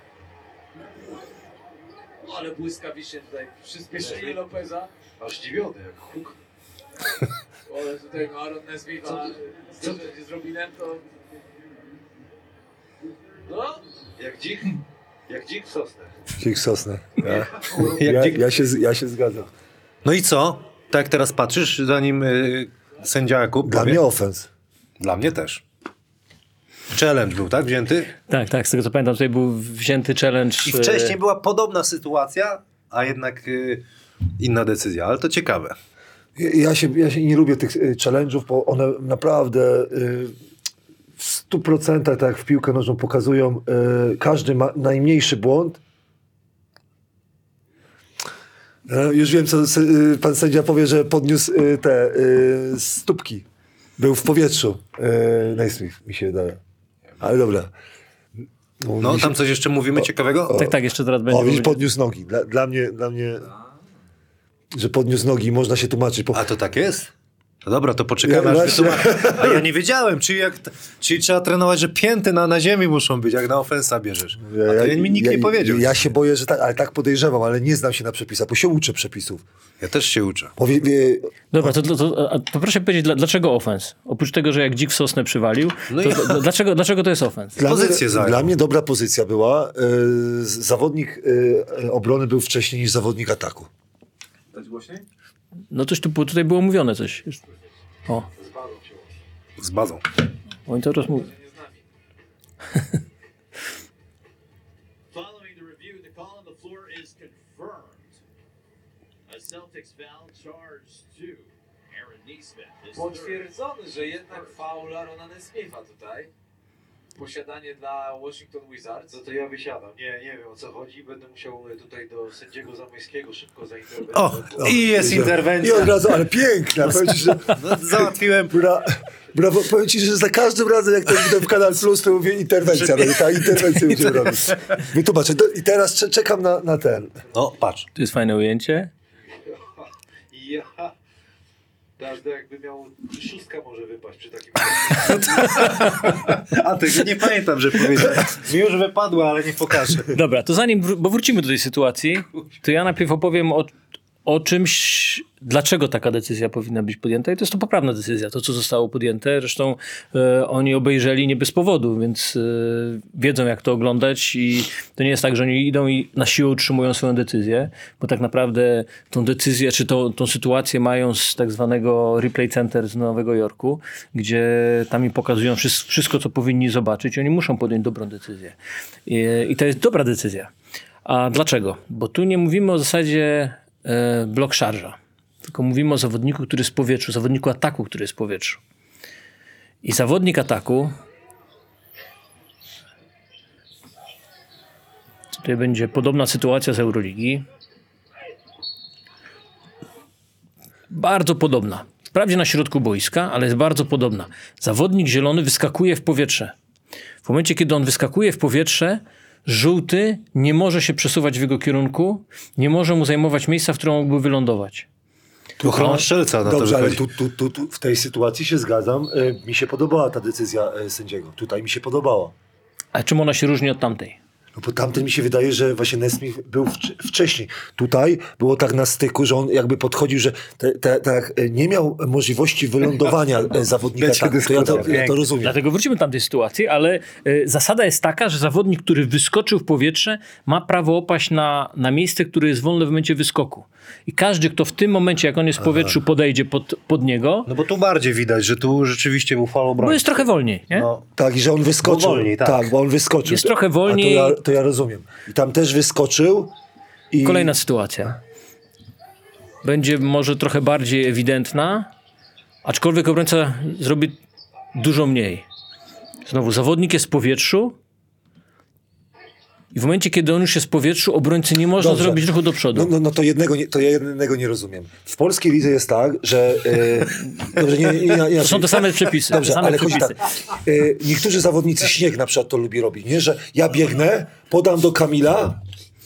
Ale błyskawicznie tutaj przyspieszenie Lopeza. Aż zdziwiony, jak huk. Ale tutaj no Aaron Nesmith z Robinem to... No, Jak dzik, jak dzik w sosnę. Dzik w sosnę. Ja, Jak ja, dzik... ja, się, z- ja się zgadzam. No i co? Tak jak teraz patrzysz, zanim y, sędzia Jakub Dla powie? mnie ofens. Dla mnie też. Challenge był, tak? Wzięty? Tak, tak, z tego co pamiętam, tutaj był wzięty challenge. I wcześniej była podobna sytuacja, a jednak y, inna decyzja, ale to ciekawe. Ja, ja, się, ja się nie lubię tych y, challenge'ów, bo one naprawdę y, w stu procentach, tak jak w piłkę nożną pokazują, y, każdy ma najmniejszy błąd. E, już wiem, co s- y, pan sędzia powie, że podniósł y, te y, stópki. Był w powietrzu. Y, Naismith, mi się wydaje. Ale dobra. No, mi się- tam coś jeszcze mówimy ciekawego? Tak, tak, jeszcze teraz będzie. O, widzisz, będzie- podniósł nogi. Dla, dla mnie, dla mnie, że podniósł nogi, można się tłumaczyć. Po, A to tak jest? No dobra, to poczekamy, Ja aż właśnie- wytłumaczy. A ja nie wiedziałem, czy jak, czyli trzeba trenować, że pięty na, na ziemi muszą być, jak na ofensa bierzesz. A to mi nikt ja, nie powiedział. Ja się boję, że tak, ale tak podejrzewam, ale nie znam się na przepisach, bo się uczę przepisów. Ja też się uczę. Bo wie, wie, Dobra, to, to, to, a to proszę powiedzieć, dla- dlaczego ofens? Oprócz tego, że jak dzik w sosnę przywalił, No to, i- d- dlaczego, dlaczego to jest ofens? dla, Pozycję mnie, zajął. dla mnie dobra pozycja była. Yy, zawodnik yy, obrony był wcześniej niż zawodnik ataku. Dać głośniej? No coś tu, było- tutaj było mówione coś. O, Z bazą. oni to rozmówią. Following the review, the call on the floor is confirmed. A Celtics foul charge to Aaron Nesmith. His third. potwierdzony, że jednak faul Aarona Nesmitha tutaj. Posiadanie dla Washington Wizards. No to ja wysiadam. Nie, nie wiem o co chodzi. Będę musiał tutaj do sędziego Zamojskiego szybko zainteresować. O, i jest I interwencja. od razu, ale piękna. Powiem ci, że, No, załatwiłem. bra, brawo, powiem ci, że za każdym razem, jak to widzę w Kanal Plus, to mówię interwencja. Będzie, ta interwencja będziemy robić. Wytłumaczę. Do- I teraz cze- czekam na, na ten. No, patrz. Tu jest fajne ujęcie. I ja... Teraz to jakby miał... Szóstka może wypaść przy takim... A tego nie pamiętam, że powiedziałem. Mi już wypadło, ale nie pokażę. Dobra, to zanim, wró- bo wrócimy do tej sytuacji, to ja najpierw opowiem o, o czymś, dlaczego taka decyzja powinna być podjęta. I to jest to poprawna decyzja, to co zostało podjęte. Zresztą e, oni obejrzeli nie bez powodu, więc e, wiedzą jak to oglądać i to nie jest tak, że oni idą i na siłę utrzymują swoją decyzję, bo tak naprawdę tą decyzję, czy to, tą sytuację mają z tak zwanego Replay Center z Nowego Jorku, gdzie tam im pokazują wszystko, wszystko co powinni zobaczyć i oni muszą podjąć dobrą decyzję. I, i to jest dobra decyzja. A dlaczego? Bo tu nie mówimy o zasadzie e, blok szarża, tylko mówimy o zawodniku, który jest w powietrzu, zawodniku ataku, który jest w powietrzu. I zawodnik ataku, tutaj będzie podobna sytuacja z Euroligi, bardzo podobna. Wprawdzie na środku boiska, ale jest bardzo podobna. Zawodnik zielony wyskakuje w powietrze. W momencie, kiedy on wyskakuje w powietrze, żółty nie może się przesuwać w jego kierunku, nie może mu zajmować miejsca, w którym mógłby wylądować. Ochrona strzelca na Dobrze, to ale wychodzi. tu, tu, tu, tu, w tej sytuacji się zgadzam. Y, mi się podobała ta decyzja y, sędziego. Tutaj mi się podobała. A czym ona się różni od tamtej? No bo tamten mi się wydaje, że właśnie Nesmith był wcz- wcześniej. Tutaj było tak na styku, że on jakby podchodził, że te, te, tak nie miał możliwości wylądowania e, zawodnika. Będzie Tak, to ja, to, dyskusja. ja to rozumiem. Dlatego wrócimy do tamtej sytuacji, ale y, zasada jest taka, że zawodnik, który wyskoczył w powietrze, ma prawo opaść na, na miejsce, które jest wolne w momencie wyskoku. I każdy, kto w tym momencie, jak on jest w powietrzu, podejdzie pod, pod niego, No bo tu bardziej widać, że tu rzeczywiście był bo falobroń. jest trochę wolniej, nie? No, Tak, i że on wyskoczył. Bo wolniej, tak. tak, bo on wyskoczył. Jest trochę wolniej. A to, ja, to ja rozumiem. I tam też wyskoczył. I... Kolejna sytuacja. Będzie może trochę bardziej ewidentna, aczkolwiek obrońca zrobi dużo mniej. Znowu, zawodnik jest w powietrzu i w momencie, kiedy on już jest w powietrzu, obrońcy nie można Dobrze. zrobić ruchu do przodu. No, no, no to, jednego nie, to ja jednego nie rozumiem. W polskiej lidze jest tak, że... E, dobrze, nie, nie, nie, nie, To są te same przepisy. Dobrze, te same ale chodzi przepisy. tak. E, niektórzy zawodnicy, Śnieg na przykład to lubi robić, nie? Że ja biegnę, podam do Kamila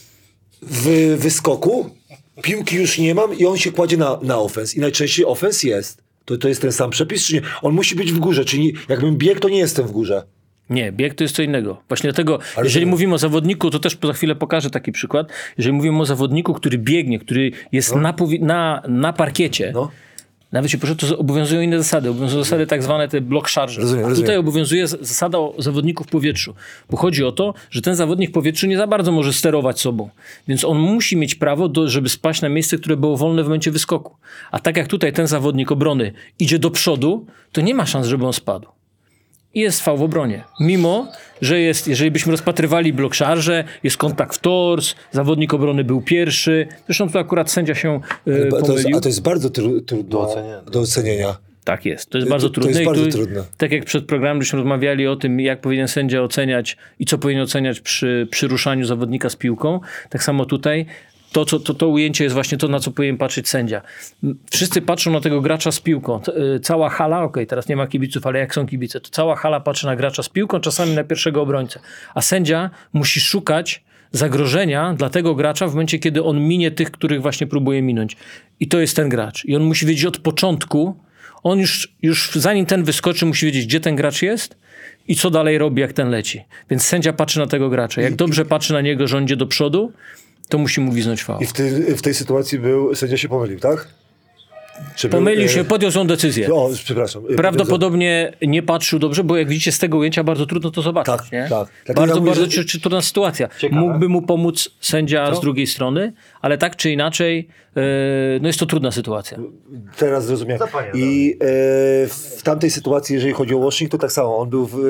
w wyskoku, piłki już nie mam i on się kładzie na, na ofens. I najczęściej ofens jest. To, to jest ten sam przepis, czy nie? On musi być w górze, czyli jakbym biegł, to nie jestem w górze. Nie, bieg to jest co innego. Właśnie dlatego, jeżeli to- mówimy o zawodniku, to też za chwilę pokażę taki przykład. Jeżeli mówimy o zawodniku, który biegnie, który jest na, powi- na, na parkiecie, No. nawet się proszę, to obowiązują inne zasady. Obowiązują zasady tak zwane te block charge. Rozumiem, A rozumiem. tutaj obowiązuje z- zasada o zawodniku w powietrzu. Bo chodzi o to, że ten zawodnik w powietrzu nie za bardzo może sterować sobą. Więc on musi mieć prawo, do, żeby spaść na miejsce, które było wolne w momencie wyskoku. A tak jak tutaj ten zawodnik obrony idzie do przodu, to nie ma szans, żeby on spadł. I jest fał w obronie. Mimo, że jest, jeżeli byśmy rozpatrywali blok charge, jest kontakt w tors, zawodnik obrony był pierwszy. Zresztą tu akurat sędzia się e, To jest, pomylił. a to jest bardzo tru, trudne Do ocenienia. do ocenienia. Tak jest. To jest To- bardzo to trudne. jest I bardzo tu, trudne. Tak jak przed programem żeśmy rozmawiali o tym, jak powinien sędzia oceniać i co powinien oceniać przy, przy ruszaniu zawodnika z piłką, tak samo tutaj to, co, to, to ujęcie jest właśnie to, na co powinien patrzeć sędzia. M, Wszyscy patrzą na tego gracza z piłką. T- y, Cała hala, okej, teraz nie ma kibiców, ale jak są kibice, to cała hala patrzy na gracza z piłką, czasami na pierwszego obrońcę. A sędzia musi szukać zagrożenia dla tego gracza w momencie, kiedy on minie tych, których właśnie próbuje minąć. I to jest ten gracz. I on musi wiedzieć od początku, on już, już zanim ten wyskoczy, musi wiedzieć, gdzie ten gracz jest i co dalej robi, jak ten leci. Więc sędzia patrzy na tego gracza. Jak dobrze patrzy na niego, że on idzie do przodu, to musi mu gwiznąć faul. I w, ty, w tej sytuacji był, sędzia się pomylił, tak? Czy był, Pomylił e, się, podjął złą decyzję. O, przepraszam. e, Prawdopodobnie nie patrzył dobrze, bo jak widzicie z tego ujęcia bardzo trudno to zobaczyć. Tak, nie? tak. Dlatego Bardzo, ja mówię, bardzo że- czy, czy trudna sytuacja. Ciekawe. Mógłby mu pomóc sędzia z drugiej strony, ale tak czy inaczej, e, no jest to trudna sytuacja. Teraz zrozumiałem. Zapamiętam. I e, w tamtej sytuacji, jeżeli chodzi o Washington, to tak samo. On był w...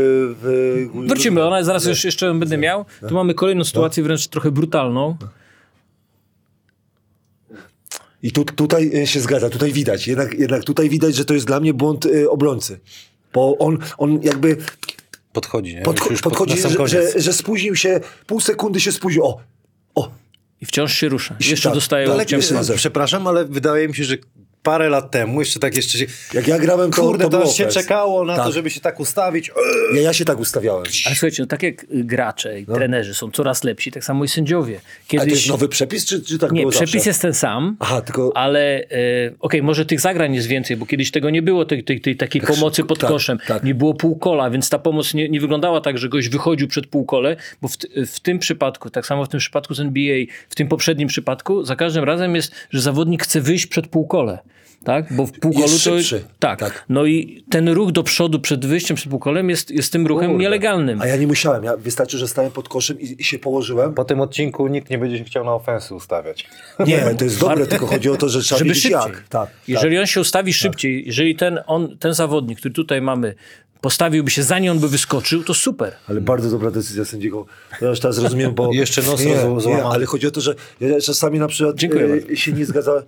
w Wrócimy, ona zaraz już jeszcze będę miał. Tu mamy kolejną sytuację wręcz trochę brutalną. I tu, tutaj e, się zgadza, tutaj widać. Jednak, jednak tutaj widać, że to jest dla mnie błąd e, obrońcy. Bo on, on jakby podchodzi, nie? podcho- Już- już pod- podchodzi, na sam że, koniec. że, że spóźnił się, pół sekundy się spóźnił. O, o. I wciąż się rusza. I się- Jeszcze tak, dostaje ale łokciem w jeszcze- twarz. Przepraszam, ale wydaje mi się, że parę lat temu, jeszcze tak jeszcze się... Jak ja grałem, to, Kurde, to, to, było się fest. czekało na to, Tak. żeby się tak ustawić. Ja, ja się tak ustawiałem. Ale słuchajcie, no tak jak y, gracze i trenerzy są coraz lepsi, tak samo i sędziowie. Ale to jest Kiedyś... nowy przepis, czy, czy tak Nie, było przepis zawsze? jest ten sam, Aha, tylko... ale e, okej, może tych zagrań jest więcej, bo kiedyś tego nie było, tej, tej, tej takiej Tak pomocy szybko, pod tak, koszem. tak. Nie było półkola, więc ta pomoc nie, nie wyglądała tak, że gość wychodził przed półkole, bo w, t- w tym przypadku, tak samo w tym przypadku z N B A, w tym poprzednim przypadku, za każdym razem jest, że zawodnik chce wyjść przed półkole. Tak? Bo w półkolu Jest to. szybszy. Tak. Tak. No i ten ruch do przodu przed wyjściem przed półkolem jest, jest tym ruchem Kurde. nielegalnym. A ja nie musiałem. Ja, wystarczy, że stałem pod koszem i, i się położyłem. Po tym odcinku nikt nie będzie się chciał na ofensy ustawiać. Nie, to jest dobre, tylko chodzi o to, że trzeba Żeby wiedzieć szybciej. jak. Tak, Jeżeli on się ustawi szybciej, jeżeli ten, on, ten zawodnik, który tutaj mamy, postawiłby się zanim on by wyskoczył, to super. Ale bardzo dobra decyzja sędziego. Ja już teraz rozumiem, bo... Jeszcze nos nie, roz- nie, złamany. ale chodzi o to, że ja czasami na przykład Dziękuję e, bardzo. się nie zgadzałem.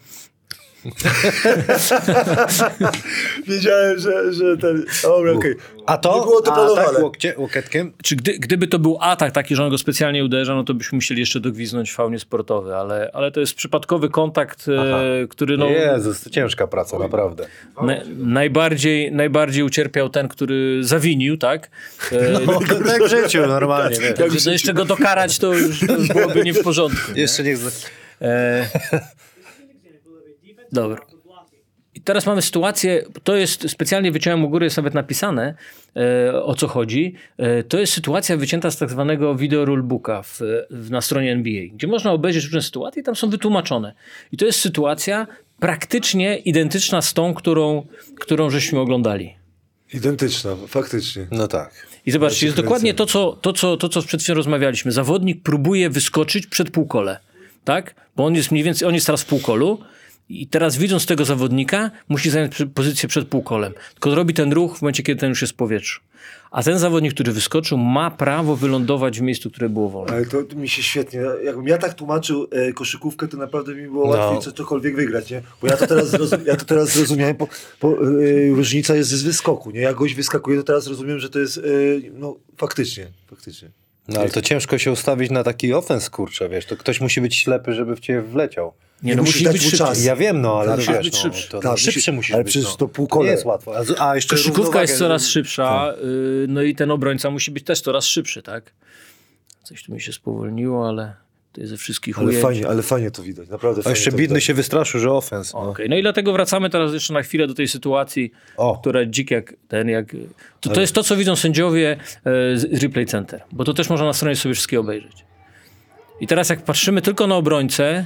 Wiedziałem, że, że ten... Dobra, okej. A to? Nie było to a planowane. tak łokcie, łoketkiem? Czy gdy, gdyby to był atak taki, że on go specjalnie uderza, no to byśmy musieli jeszcze dogwiznąć faul niesportowy, ale, ale to jest przypadkowy kontakt, e, który no, Jezus, to ciężka praca, naprawdę. na, najbardziej, najbardziej ucierpiał ten, który zawinił, tak? E, No, tak w życiu, normalnie. wiesz. Także to jeszcze go dokarać, to już, to już byłoby nie w porządku. Nie? Jeszcze niech... E, dobra. I teraz mamy sytuację, to jest, specjalnie wyciąłem u góry, jest nawet napisane, e, o co chodzi. E, to jest sytuacja wycięta z tak zwanego video rulebooka w, w, na stronie N B A, gdzie można obejrzeć różne sytuacje i tam są wytłumaczone. I to jest sytuacja praktycznie identyczna z tą, którą, którą żeśmy oglądali. Identyczna, faktycznie. No tak. I zobaczcie, Ja się jest dokładnie kręcę. to co, to, co, to, co przed chwilą rozmawialiśmy. Zawodnik próbuje wyskoczyć przed półkole, tak? Bo on jest mniej więcej, on jest teraz w półkolu i teraz widząc tego zawodnika musi zająć przy- pozycję przed półkolem. Tylko robi ten ruch w momencie, kiedy ten już jest w powietrzu. A ten zawodnik, który wyskoczył, ma prawo wylądować w miejscu, które było wolne. Ale to mi się świetnie, jakbym ja tak tłumaczył e, koszykówkę, to naprawdę mi było No. łatwiej co, cokolwiek wygrać, nie? Bo ja to teraz, zrozum- ja to teraz zrozumiałem, bo, bo e, różnica jest z wyskoku, nie? Jak gość wyskakuje, to teraz rozumiem, że to jest, e, no faktycznie, faktycznie. No ale to ciężko się ustawić na taki ofens, kurczę, wiesz, to ktoś musi być ślepy, żeby w ciebie wleciał. Nie, no musisz musi dać być mu szybciej. czas. Ja wiem, no, ale Musisz wiesz, być no, szybszy. to, Tak, no, szybszy musi- musisz ale być. przecież no. to półkole. Nie jest łatwo. A, z- a jeszcze Koszykówka jest równowagę- coraz szybsza, yy, no i ten obrońca musi być też coraz szybszy, tak? Coś tu mi się spowolniło, ale to jest ze wszystkich Ale ujęć. fajnie, ale fajnie to widać, naprawdę A fajnie jeszcze to Bidny widać. się wystraszył, że ofens. O, Okej, no i dlatego wracamy teraz jeszcze na chwilę do tej sytuacji, O. która dzik jak ten, jak... To, to jest to, co widzą sędziowie e, z Replay Center, bo to też można na stronie sobie wszystkie obejrzeć. I teraz jak patrzymy tylko na obrońcę,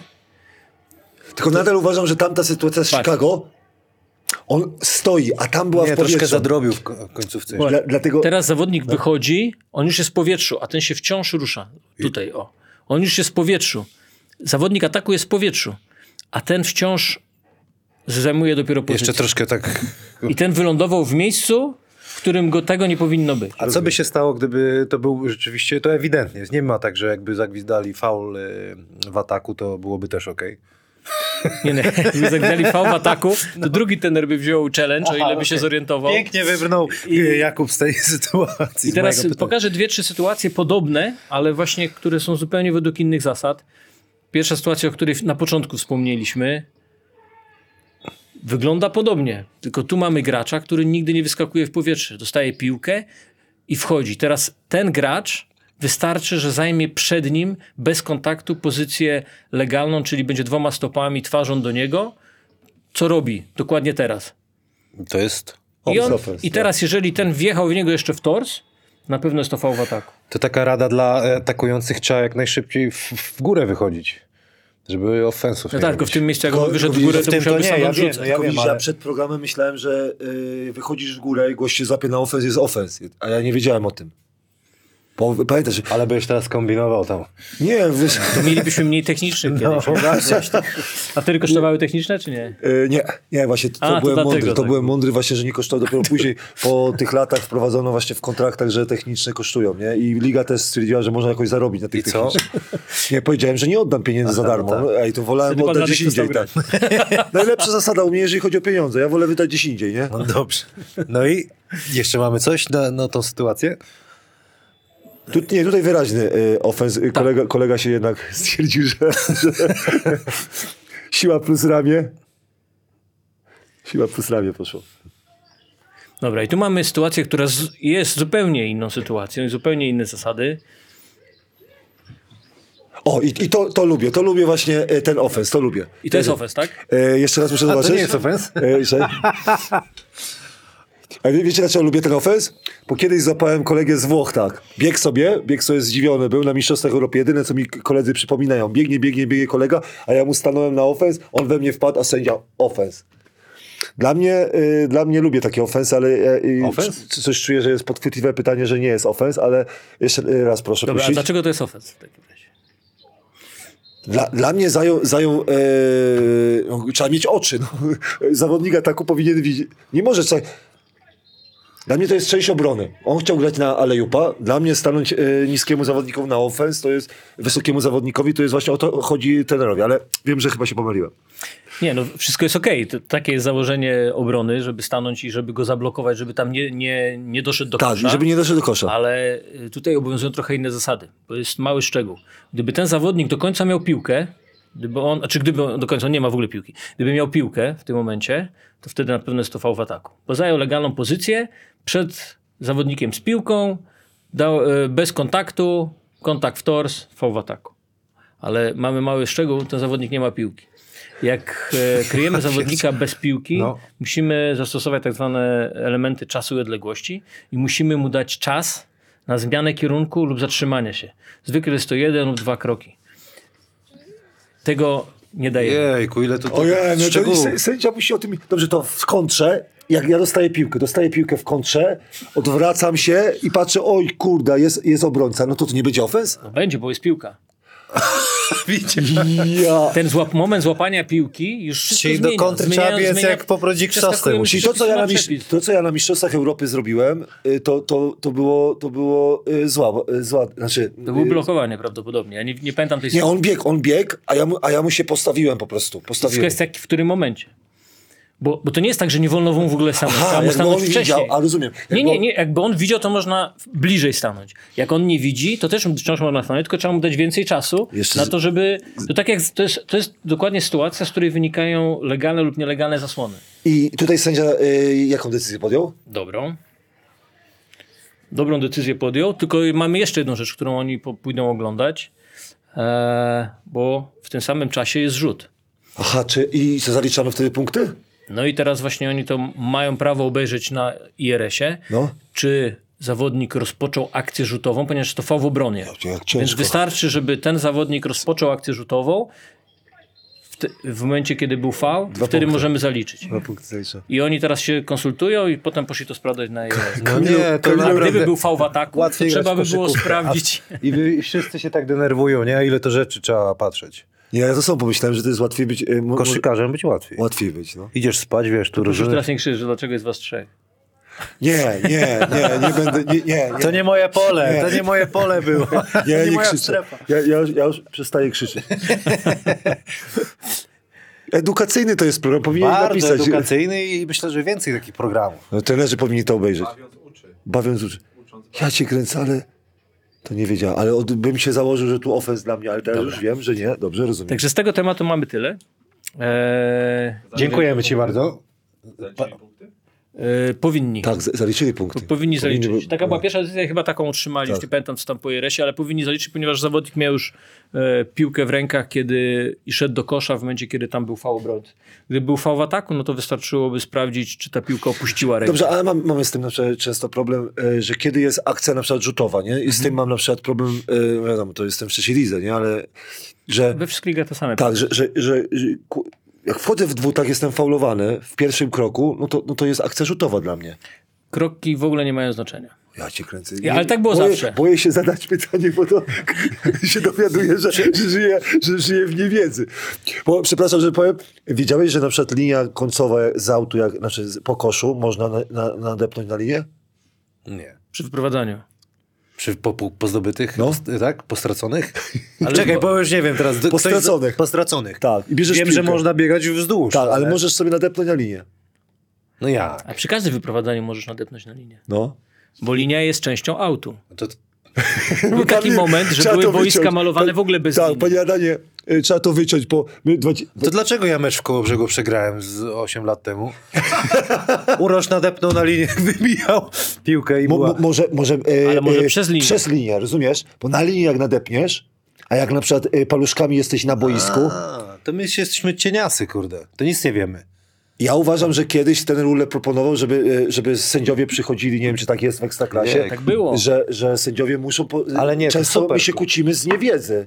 Tylko nadal uważam, że tamta sytuacja z Patrz. Chicago, on stoi, a tam była Nie, w powietrzu. troszkę zadrobił w ko- końcówce. Dla, dlatego... teraz zawodnik wychodzi, on już jest w powietrzu, a ten się wciąż rusza. Tutaj, o. On już jest w powietrzu. Zawodnik ataku jest w powietrzu, a ten wciąż zajmuje dopiero pozycję. Jeszcze troszkę tak... I ten wylądował w miejscu, w którym go tego nie powinno być. A co by się stało, gdyby to był rzeczywiście, to ewidentnie jest. Nie ma tak, że jakby zagwizdali faul y, w ataku, to byłoby też okej. Nie, nie. Gdyby zagrali fał w ataku, to drugi tener by wziął challenge, o ile by się okej. zorientował. Pięknie wybrnął y, Jakub z tej sytuacji. I z teraz mojego pytania. pokażę dwie, trzy sytuacje podobne, ale właśnie, które są zupełnie według innych zasad. Pierwsza sytuacja, o której na początku wspomnieliśmy, wygląda podobnie, tylko tu mamy gracza, który nigdy nie wyskakuje w powietrze. Dostaje piłkę i wchodzi. Teraz ten gracz wystarczy, że zajmie przed nim bez kontaktu pozycję legalną, czyli będzie dwoma stopami twarzą do niego. Co robi dokładnie teraz? To jest... I, on, offense, I teraz, jeżeli ten wjechał w niego jeszcze w tors, na pewno jest to fał w ataku. To taka rada dla atakujących, trzeba jak najszybciej w, w górę wychodzić, żeby ofensów No nie tak, tylko w robić. tym miejscu, jak Tylko- on wyszedł w tylko górę, w to tym musiałby to nie, sam ja odrzucać. wiem, no Ja, ja wiem, ja ale- przed programem myślałem, że y, wychodzisz w górę i gość się złapie na ofens, jest ofens, a ja nie wiedziałem o tym. Bo pamiętasz, że... Ale byś teraz kombinował tam. Nie, wiesz... To mielibyśmy mniej technicznych kiedyś. A wtedy kosztowały techniczne, czy nie? Y, nie, nie, właśnie to, A, to to byłem dlatego mądry. To tak. byłem mądry właśnie, że nie kosztowało. Dopiero później po tych latach wprowadzono właśnie w kontraktach, że techniczne kosztują, nie? I liga też stwierdziła, że można jakoś zarobić na tych I co? technicznych. Nie, powiedziałem, że nie oddam pieniędzy za no darmo. tak. Ej, to wolałem Wtedy pan oddać na gdzieś tych indziej. przestał Tak. Najlepsza zasada u mnie, jeżeli chodzi o pieniądze. Ja wolę wydać gdzieś indziej, nie? No dobrze. No i jeszcze mamy coś na, na tą sytuację? Tu, nie, tutaj wyraźny y, ofens. Y, kolega, kolega się jednak stwierdził, że, że siła plus ramię. Siła plus ramię poszło. Dobra, i tu mamy sytuację, która z, jest zupełnie inną sytuacją i zupełnie inne zasady. O, i, i to, to lubię, to lubię właśnie y, ten ofens, to lubię. I to jest ofens, tak? E, jeszcze raz muszę A zobaczyć. to nie jest ofens? E, jeszcze. A wie, wiecie dlaczego lubię ten ofens? Bo kiedyś złapałem kolegę z Włoch, tak. Biegł sobie, biegł sobie zdziwiony, był na Mistrzostwach Europy. Jedyne, co mi koledzy przypominają. Biegnie, biegnie, biegnie kolega, a ja mu stanąłem na ofens, on we mnie wpadł, a sędzia ofens. Dla mnie, y, dla mnie lubię takie ofensy, ale y, y, Ofens? c- coś czuję, że jest podchwytliwe pytanie, że nie jest ofens, ale jeszcze y, raz proszę Dobra, a puścić. dlaczego to jest ofens w takim razie? Dla, dla mnie zajął, zajął e, no, trzeba mieć oczy. No. Zawodnik ataku powinien widzieć. Nie może trzeba... Dla mnie to jest część obrony. On chciał grać na alejupa. Dla mnie stanąć e, niskiemu zawodnikowi na ofens, to jest wysokiemu zawodnikowi, to jest właśnie o to chodzi trenerowi, ale wiem, że chyba się pomyliłem. Nie, no wszystko jest okej. To takie jest założenie obrony, żeby stanąć i żeby go zablokować, żeby tam nie, nie, nie doszedł do Tak, kosza. i żeby nie doszedł do kosza. Ale y, tutaj obowiązują trochę inne zasady, bo jest mały szczegół. Gdyby ten zawodnik do końca miał piłkę, gdyby on, znaczy gdyby on do końca, on nie ma w ogóle piłki, gdyby miał piłkę w tym momencie, to wtedy na pewno jest to fał w ataku. Bo zajął legalną pozycję przed zawodnikiem z piłką, dał, y, bez kontaktu, kontakt w tors, fał w ataku. Ale mamy mały szczegół, ten zawodnik nie ma piłki. Jak e, kryjemy zawodnika bez piłki, No. musimy zastosować tak zwane elementy czasu i odległości i musimy mu dać czas na zmianę kierunku lub zatrzymanie się. Zwykle jest to jeden lub dwa kroki. Tego nie dajemy. Jejku, ile tu Ojej, no to szczegółów. sę- sędzia musi o tym... Dobrze, to w kontrze, jak ja dostaję piłkę, dostaję piłkę w kontrze, odwracam się i patrzę, oj kurde, jest, jest obrońca, no to to nie będzie ofens? No będzie, bo jest piłka. Widzicie? Ja... Ten złap, moment złapania piłki już wszystko Czyli do zmienia. kontry trzeba Zmienia- biec zmienia- jak po Brodzik przeskakujemy Sosnę musi. Czyli to co, ja na przepis. mistrz... to, co ja na Mistrzostwach Europy zrobiłem, y, to, to, to było, to było y, zła, y, zła, znaczy... To było y, blokowanie prawdopodobnie. Ja nie, nie pamiętam tej Nie, on biegł, on biegł, a ja mu, a ja mu się postawiłem po prostu. To Postawiłem. jest tak w którym momencie. Bo, bo to nie jest tak, że nie wolno mu w ogóle stanąć. Aha, Trzeba mu jakby stanąć on wcześniej. widział, a rozumiem. Nie, Jakby nie, on- nie. Jakby on widział, to można bliżej stanąć. Jak on nie widzi, to też wciąż można stanąć, tylko trzeba mu dać więcej czasu Jeszcze na z- to, żeby... To tak jak to jest, to jest dokładnie sytuacja, z której wynikają legalne lub nielegalne zasłony. I tutaj sędzia y, jaką decyzję podjął? Dobrą. Dobrą decyzję podjął, tylko mamy jeszcze jedną rzecz, którą oni po, pójdą oglądać, e, bo w tym samym czasie jest rzut. Aha, czy i co, zaliczamy wtedy punkty? No i teraz właśnie oni to mają prawo obejrzeć na I R S-ie, No. czy zawodnik rozpoczął akcję rzutową, ponieważ to fał w obronie. Jak Więc ciężko. wystarczy, żeby ten zawodnik rozpoczął akcję rzutową w, te, w momencie, kiedy był fał, Dwa wtedy punkty. możemy zaliczyć. Dwa punkty zaliczę. I oni teraz się konsultują i potem poszli to sprawdzać na I R S. No nie, to A naprawdę... gdyby był fał w ataku, to łatwiej grać trzeba w by było koszykówkę. sprawdzić. I wy wszyscy się tak denerwują, nie? Ile to rzeczy trzeba patrzeć. Nie, ja to samo pomyślałem, że to jest łatwiej być... Y, mo- Koszykarzem być łatwiej. Łatwiej być, no. Idziesz spać, wiesz, tu Proszę różne... teraz nie krzyż, że dlaczego jest was trzech. Nie, nie, nie, nie będę... Nie, nie, nie. To nie moje pole, to nie moje pole było. Ja to nie, moja krzyczę. strefa. Ja, ja, już, ja już przestaję krzyczeć. Edukacyjny to jest program, powinien Bardzo napisać. edukacyjny i myślę, że więcej takich programów. No, trenerzy powinni to obejrzeć. Bawiąc uczy. Bawiąc uczy. Ucząc Ja cię kręcę, ale... To nie wiedziałem, ale od, bym się założył, że tu ofens dla mnie, ale teraz już wiem, że nie. Dobrze, rozumiem. Także z tego tematu mamy tyle. Eee, Dziękujemy ci bardzo. Zaliczyli punkty? e, powinni. Tak, z- zaliczyli punkty. Powinni zaliczyć. by- Taka była pierwsza decyzja, chyba taką otrzymali, Tak. już nie pamiętam co tam po I R S-ie, ale powinni zaliczyć, ponieważ zawodnik miał już e, piłkę w rękach, kiedy i szedł do kosza w momencie, kiedy tam był fał obrońcy. Gdyby był fał w ataku, no to wystarczyłoby sprawdzić, czy ta piłka opuściła rękę. Dobrze, ale mam, mamy z tym na przykład często problem, e, że kiedy jest akcja na przykład rzutowa, nie? I z tym mam na przykład problem, e, wiadomo, to jestem w trzeciej lidze, nie? Ale że... We wszystkich ligach to same. Tak, że, że, że, że ku- jak wchodzę w dwóch, tak jestem faulowany w pierwszym kroku, no to, no to jest akcja rzutowa dla mnie. Kroki w ogóle nie mają znaczenia. Ja cię kręcę. Ja, ale tak było boję, zawsze. Boję się zadać pytanie, bo to się dowiaduję, że, że, żyję, że żyję w niewiedzy. Bo, przepraszam, że powiem, wiedziałeś, że na przykład linia końcowa z autu, jak, znaczy z- po koszu, można na, na, nadepnąć na linię? Nie. Przy wyprowadzaniu. Przy, po, po, po zdobytych, No. no. tak? Po straconych? Ale Czekaj, bo- bo już nie wiem teraz. Po ktoś- straconych. Po straconych. Tak. I bierzesz Wiem, piłkę. że można biegać wzdłuż. Tak, ale możesz sobie nadepnąć na linię. No jak? A przy każdym wyprowadzaniu możesz nadepnąć na linię. No. Bo linia jest częścią autu. No to, Był taki Panie, moment, że trzeba były to boiska wyciąć. malowane Pan- w ogóle bez Tak, linii. panie Adanie, y, trzeba to wyciąć, bo my... Dwadzie... to dlaczego ja mecz w Kołobrzegu przegrałem z osiem lat temu? Uroż nadepnął na linię, wybijał piłkę i Mo, była... mo, może, może, e, Ale może e, przez linię. Przez linię, rozumiesz? Bo na linii jak nadepniesz, a jak na przykład e, paluszkami jesteś na boisku, A, to my jesteśmy cieniasy, kurde. To nic nie wiemy. ja uważam, że kiedyś ten Rule proponował, żeby, e, żeby sędziowie przychodzili, nie wiem, czy tak jest w Ekstraklasie, Nie, tak było. że, że sędziowie muszą... Po, Ale nie, to często super. my się kłócimy z niewiedzy.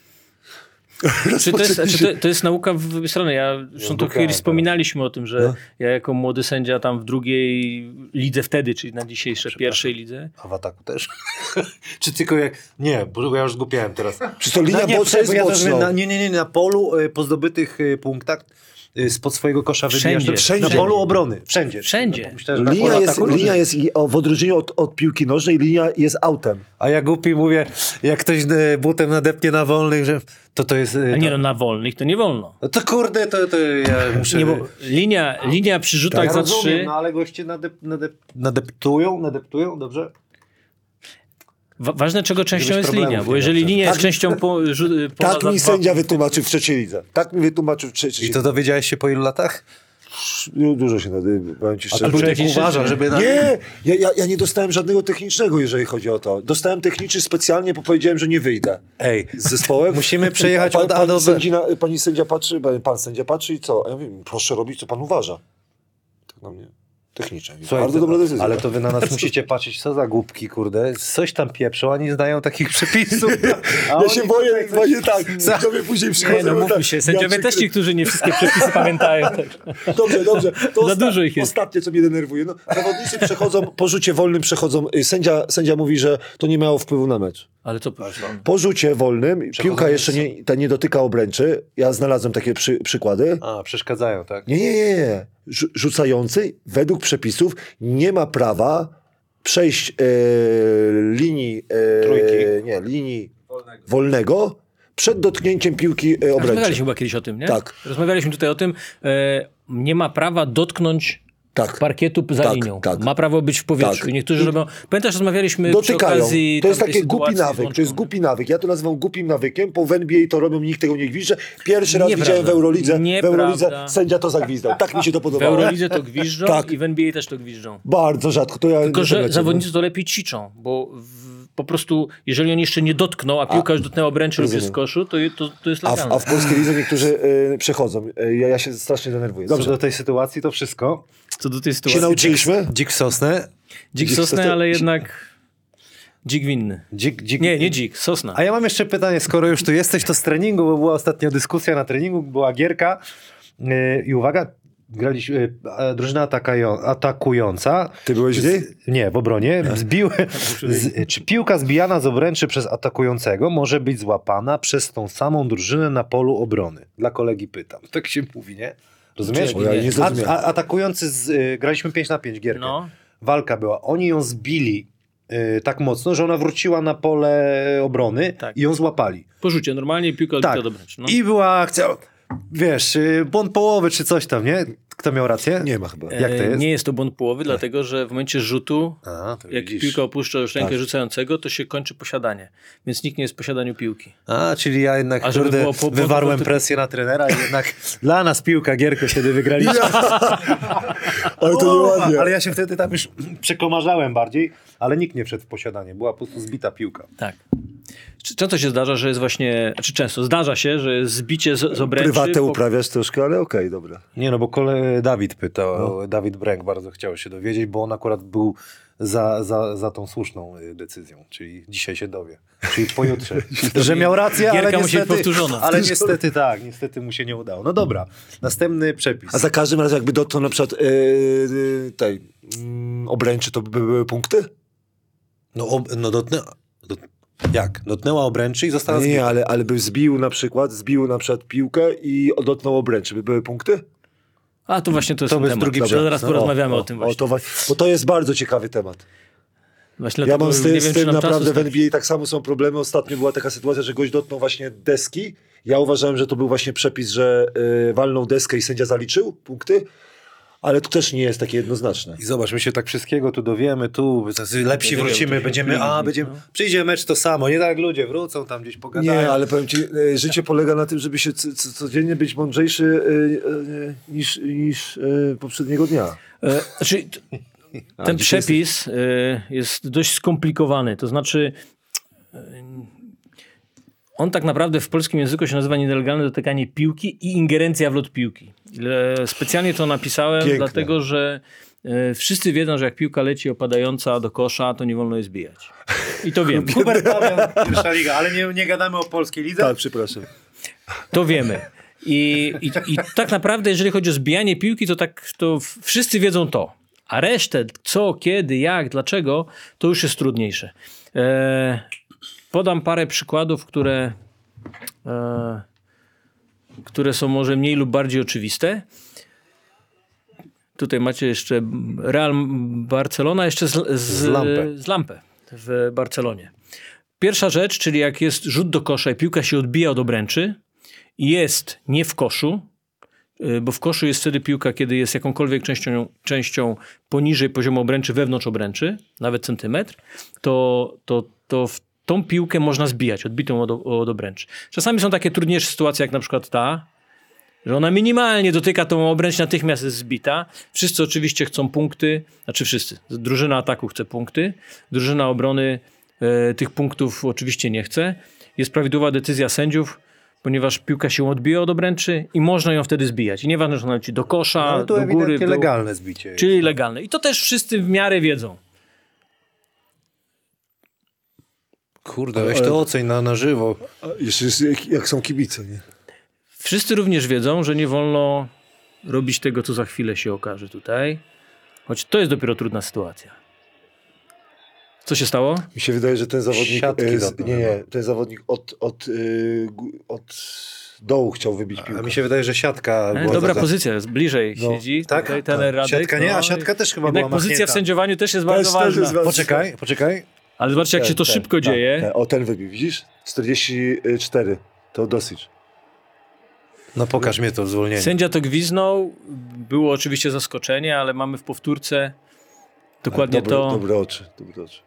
Czy to, jest, czy to, to jest nauka w obie strony. Ja, zresztą to Nauka, chwilę tak. wspominaliśmy o tym, że No. ja jako młody sędzia tam w drugiej lidze wtedy, czyli na dzisiejsze pierwszej lidze. A w ataku też? Czy tylko jak... Nie, bo ja już zgupiałem teraz. Przecież to linia No nie, boczna jest bo ja też boczną. mówię, na, nie, nie, nie, na polu y, po zdobytych y, punktach y, spod swojego kosza Wszędzie. wybijasz. to- Wszędzie. Na polu obrony. Wszędzie. Wszędzie. No, myślę, że na Linia polu jest, ataku linia różnie. jest i- o, w odróżnieniu od, od piłki nożnej, linia jest autem. A ja głupi mówię, jak ktoś y, butem nadepnie na wolnych, że to to jest... Y, A nie to, no, na wolnych to nie wolno. no to kurde, to, to ja muszę... Nie, bo linia, linia przy rzutach ja za rozumiem, trzy. no ale goście nadep, nadep, nadeptują, nadeptują, dobrze? Wa- ważne, czego częścią Żebyś jest problemów linia, nie bo jeżeli miał. linia jest Tak- częścią po, żu- pola Tak za mi dwa- sędzia wytłumaczył w trzeciej lidze. Tak mi wytłumaczył w trzeciej I lidze. to dowiedziałeś się po ilu latach? Dużo się nady, powiem ci A szczerze. tu człowiek techniczny, uważa, czy- żeby... Na... Nie, ja, ja, ja nie dostałem żadnego technicznego, jeżeli chodzi o to. Dostałem techniczny specjalnie, bo powiedziałem, że nie wyjdę Ej, z zespołem. musimy przejechać Pan- od A pani do B. sędzina, pani sędzia patrzy, pan sędzia patrzy i co? A ja mówię, proszę robić, co pan uważa. Tak na mnie. Technicznie. Słuchaj, Bardzo to- dobra decyzja. Ale to wy na nas musicie patrzeć, co za głupki, kurde. Coś tam pieprzą, oni znają takich przepisów. A Ja oni się boję, tutaj coś- właśnie tak. Sędziowie później przychodzą. Nie, no i mówmy tak, się, sędziowie ja też ci, którzy nie wszystkie przepisy pamiętają. Tak. Dobrze, dobrze. To Za osta- dużo ich jest. Ostatnie, co mnie denerwuje. No, zawodnicy przechodzą, po rzucie wolnym przechodzą. y, Sędzia, sędzia mówi, że to nie miało wpływu na mecz. Ale co proszę? Po rzucie wolnym piłka Przechodzą jeszcze nie, ta nie dotyka obręczy. Ja znalazłem takie przy, przykłady. A, przeszkadzają, tak? Nie, nie, nie, nie. Rzu- Rzucający według przepisów nie ma prawa przejść e, linii e, Trójki. nie, linii wolnego przed dotknięciem piłki e, obręczy. Rozmawialiśmy chyba kiedyś o tym, nie? Tak. Rozmawialiśmy tutaj o tym. E, nie ma prawa dotknąć Tak. parkietu za Tak, linią. tak. Ma prawo być w powietrzu. Tak. I niektórzy I- robią... Pamiętasz, rozmawialiśmy przy Dotykają. okazji To jest tamtej taki głupi sytuacji z nawyk. To jest Łączką. głupi nawyk. Ja to nazywam głupim nawykiem. Po w N B A to robią, nikt tego nie gwizdże. Pierwszy raz Nieprawda. widziałem w Eurolidze. W Nieprawda. Eurolidze sędzia to zagwizdał. Tak mi się to W podobało. Eurolidze to gwiżdżą Tak. i w N B A też to gwiżdżą. Bardzo rzadko. To ja Tylko, nie że zobaczę, zawodnicy to lepiej ćwiczą, bo w, po prostu, jeżeli oni jeszcze nie dotkną, a piłka już dotknęła obręczy lub jest w rozumiem. koszu, to, to, to jest A w, legalne. a w polskiej lidze niektórzy y, przechodzą. Y, ja, ja się strasznie denerwuję. Co Dobrze. do tej sytuacji, to wszystko. Co do tej Się sytuacji. nauczyliśmy? Dzik w sosnę. Dzik Dzik sosnę, sosnę- ale jednak dzik winny. Dzik, dzik... Nie, nie dzik, sosna. A ja mam jeszcze pytanie, skoro już tu jesteś, to z treningu, bo była ostatnio dyskusja na treningu, była gierka yy, i uwaga, graliśmy, yy, drużyna atakają, atakująca. Ty byłeś w niej? Z, nie, w obronie. Zbił, z, czy piłka zbijana z obręczy przez atakującego może być złapana przez tą samą drużynę na polu obrony? Dla kolegi pytam. Tak się mówi, nie? Rozumiesz? O, ja nie a, zrozumiałem. a, atakujący, z, y, graliśmy pięć na pięć gierkę. No. Walka była. Oni ją zbili y, tak mocno, że ona wróciła na pole obrony Tak. i ją złapali. Porzucie, normalnie piłka odbita Tak. do obręczy. No. I była akcja, wiesz, y, błąd połowy czy coś tam, nie? Kto miał rację? Nie ma chyba. Jak to E, jest? Nie jest to błąd połowy, dlatego że w momencie rzutu, A, to jak widzisz. piłka opuszcza już rękę Tak. rzucającego, to się kończy posiadanie. Więc nikt nie jest w posiadaniu piłki. A, czyli ja jednak A żeby kurde, było po- po- wywarłem po- presję na trenera i jednak dla nas piłka Gierko wtedy wygraliśmy. Ale to nieładnie. Ale ja się wtedy tam już przekomarzałem bardziej, ale nikt nie wszedł w posiadanie. Była po prostu zbita piłka. Tak. Czy- Często się zdarza, że jest właśnie, czy często zdarza się, że jest zbicie z, z obręczy. Prywatę po- uprawiasz troszkę, ale okej, dobra. Nie no, bo kole Dawid pytał, Dawid Bręk bardzo chciał się dowiedzieć, bo on akurat był za, za, za tą słuszną y, decyzją, czyli dzisiaj się dowie. Czyli pojutrze. Że miał rację, ale Gierka musi być niestety, powtórzona. ale niestety tak, niestety mu się nie udało. No dobra, następny przepis. A za każdym razem jakby dotknął na przykład yy, yy, tej mm, obręczy, to by były punkty? No, ob, no dotnę... Dot, jak? Dotknęła obręczy i została Nie, zbita. nie, ale, ale by zbił na przykład, zbił na przykład piłkę i dotknął obręczy, by były punkty? A to właśnie to jest To ten bez temat. drugi To przepis. zaraz No, porozmawiamy o, o, tym o, właśnie. to, wa- bo to jest bardzo ciekawy temat. właśnie Ja dlatego mam z, nie tym, wiem, z czy tym nam naprawdę czasu w N B A tak samo są problemy. Ostatnio była taka sytuacja, że gość dotknął właśnie deski. Ja uważałem, że to był właśnie przepis, że y, walnął deskę i sędzia zaliczył punkty, ale to też nie jest takie jednoznaczne. I zobacz, my się tak wszystkiego tu dowiemy, tu tacy lepsi Nie wiem, wrócimy, to będziemy, a będziemy, przyjdzie mecz to samo, nie tak ludzie wrócą tam gdzieś pogadają. Nie, ale powiem ci, y, życie polega na tym, żeby się c- c- codziennie być mądrzejszy y, y, niż, niż y, poprzedniego dnia. E, znaczy, t- ten dzisiaj przepis e, jest dość skomplikowany. To znaczy, e, on tak naprawdę w polskim języku się nazywa nielegalne dotykanie piłki i ingerencja w lot piłki. E, Specjalnie to napisałem, Piękne. dlatego że e, wszyscy wiedzą, że jak piłka leci opadająca do kosza, to nie wolno jej zbijać. I to wiemy. Hubert Pawian, pierwsza liga, ale nie, nie gadamy o polskiej lidze. Tak, przepraszam. To wiemy. I, i, I tak naprawdę, jeżeli chodzi o zbijanie piłki, to tak to w- wszyscy wiedzą to. A resztę, co, kiedy, jak, dlaczego, to już jest trudniejsze. E, podam parę przykładów, które, e, które są może mniej lub bardziej oczywiste. Tutaj macie jeszcze Real Barcelona, jeszcze z, z, Z Lampę. z Lampę w Barcelonie. Pierwsza rzecz, czyli jak jest rzut do kosza i piłka się odbija od obręczy, jest nie w koszu, y, bo w koszu jest wtedy piłka, kiedy jest jakąkolwiek częścią, częścią poniżej poziomu obręczy, wewnątrz obręczy, nawet centymetr, to, to, to w tą piłkę można zbijać, odbitą od, od obręczy. Czasami są takie trudniejsze sytuacje, jak na przykład ta, że ona minimalnie dotyka tą obręcz, natychmiast jest zbita. Wszyscy oczywiście chcą punkty, znaczy wszyscy. Drużyna ataku chce punkty, drużyna obrony e, tych punktów oczywiście nie chce. Jest prawidłowa decyzja sędziów, ponieważ piłka się odbija od obręczy i można ją wtedy zbijać. I nieważne, że ona leci do kosza, Ale to do góry, ewidentnie w dół, legalne zbicie. jest. czyli legalne. I to też wszyscy w miarę wiedzą. Kurde, weź to oceń na, na żywo. A jeszcze jest, jak, jak są kibice, nie? Wszyscy również wiedzą, że nie wolno robić tego, co za chwilę się okaże tutaj. Choć to jest dopiero trudna sytuacja. Co się stało? Mi się wydaje, że ten zawodnik... Siatki e, z, dotknął nie, nie, chyba. ten zawodnik od, od, y, gó- od dołu chciał wybić piłkę. A mi się wydaje, że siatka E, była dobra za- pozycja, jest bliżej No, siedzi. tak? Tutaj trener Radek. Siatka nie, a no siatka i też chyba jednak była pozycja machnięta. w sędziowaniu też jest Też- bardzo też ważna. jest ważna. Poczekaj, poczekaj. Ale zobaczcie, jak się to Ten, szybko ten, dzieje. ten, o, ten wybił, widzisz? czterdzieści cztery. To dosyć. No pokaż mnie to zwolnienie. Sędzia to gwiznął. Było oczywiście zaskoczenie, ale mamy w powtórce dokładnie dobre, to. Dobre oczy, dobre oczy.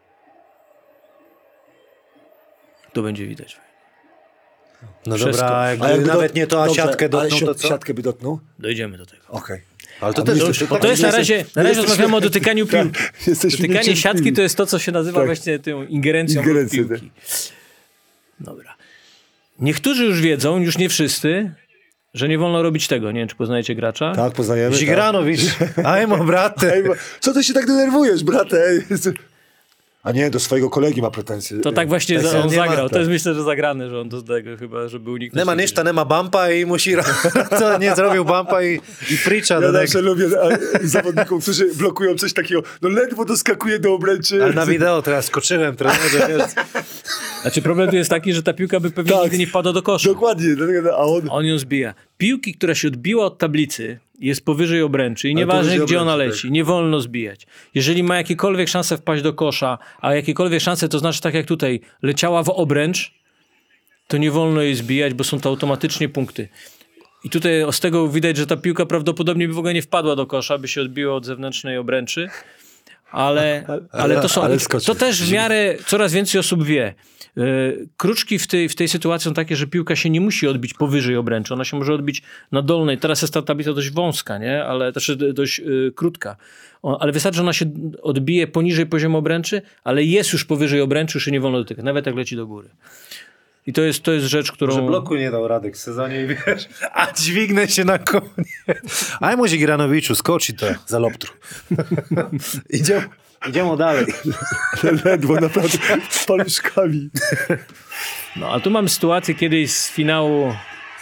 To będzie widać. No Wszystko. dobra, jakby, jakby nawet dot- nie to, a dobrze, siatkę ale dotknął, to siat- co? Siatkę by dotknął? Dojdziemy do tego. Okej. Ale to A też... my To, już- to, Bo tak to jest na jesteś- razie, na razie jesteśmy- rozmawiamy o dotykaniu piłki. Tak, jesteśmy Dotykanie niecierpliwi. siatki to jest to, co się nazywa Tak. właśnie tą ingerencją Ingerencję, w piłki. Dobra. Niektórzy już wiedzą, już nie wszyscy, że nie wolno robić tego. Nie wiem, czy poznajecie gracza? Tak, poznajemy. Tak. Zigranowicz, ajmo brate. Ej, bo- co ty się tak denerwujesz, brate? Ej, a nie, do swojego kolegi ma pretensje. To tak właśnie Tak, za- on nie ma- zagrał. To tak. jest myślę, że zagrane, że on do tego chyba, żeby uniknąć. Nie ma takiej niszta, nie ma bumpa i musi... Co, nie zrobił bumpa i, i pricza Ja do tego. zawsze lubię a, zawodników, którzy blokują coś takiego. No ledwo doskakuje do obręczy. Ale na wideo teraz skoczyłem, trenerze, wiesz. Znaczy problem tu jest taki, że ta piłka by pewnie Tak. nigdy nie wpadła do kosza. Dokładnie. dlatego- A on... A on ją zbija. Piłki, która się odbiła od tablicy, jest powyżej obręczy i nieważne, powyżej gdzie ona obręczy, leci, nie wolno zbijać. Jeżeli ma jakiekolwiek szanse wpaść do kosza, a jakiekolwiek szanse, to znaczy tak jak tutaj, leciała w obręcz, to nie wolno jej zbijać, bo są to automatycznie punkty. I tutaj z tego widać, że ta piłka prawdopodobnie by w ogóle nie wpadła do kosza, by się odbiła od zewnętrznej obręczy. Ale, ale to są. ale i skoczył. to też w miarę coraz więcej osób wie. Yy, Kruczki w tej, w tej sytuacji są takie, że piłka się nie musi odbić powyżej obręczy. Ona się może odbić na dolnej. Teraz jest ta tablica dość wąska, nie? Ale też dość yy, krótka. O, ale wystarczy, że ona się odbije poniżej poziomu obręczy, ale jest już powyżej obręczy, już się nie wolno dotykać. Nawet jak leci do góry. I to jest, to jest rzecz, którą... Że bloku nie dał Radek w sezonie i wiesz, a dźwignę się na koniec. Ajmo Zigranowiczu, skoczy to za loptru. Idziemy, idziemy dalej. Ledwo, naprawdę, z paluszkami. No, a tu mam sytuację kiedyś z finału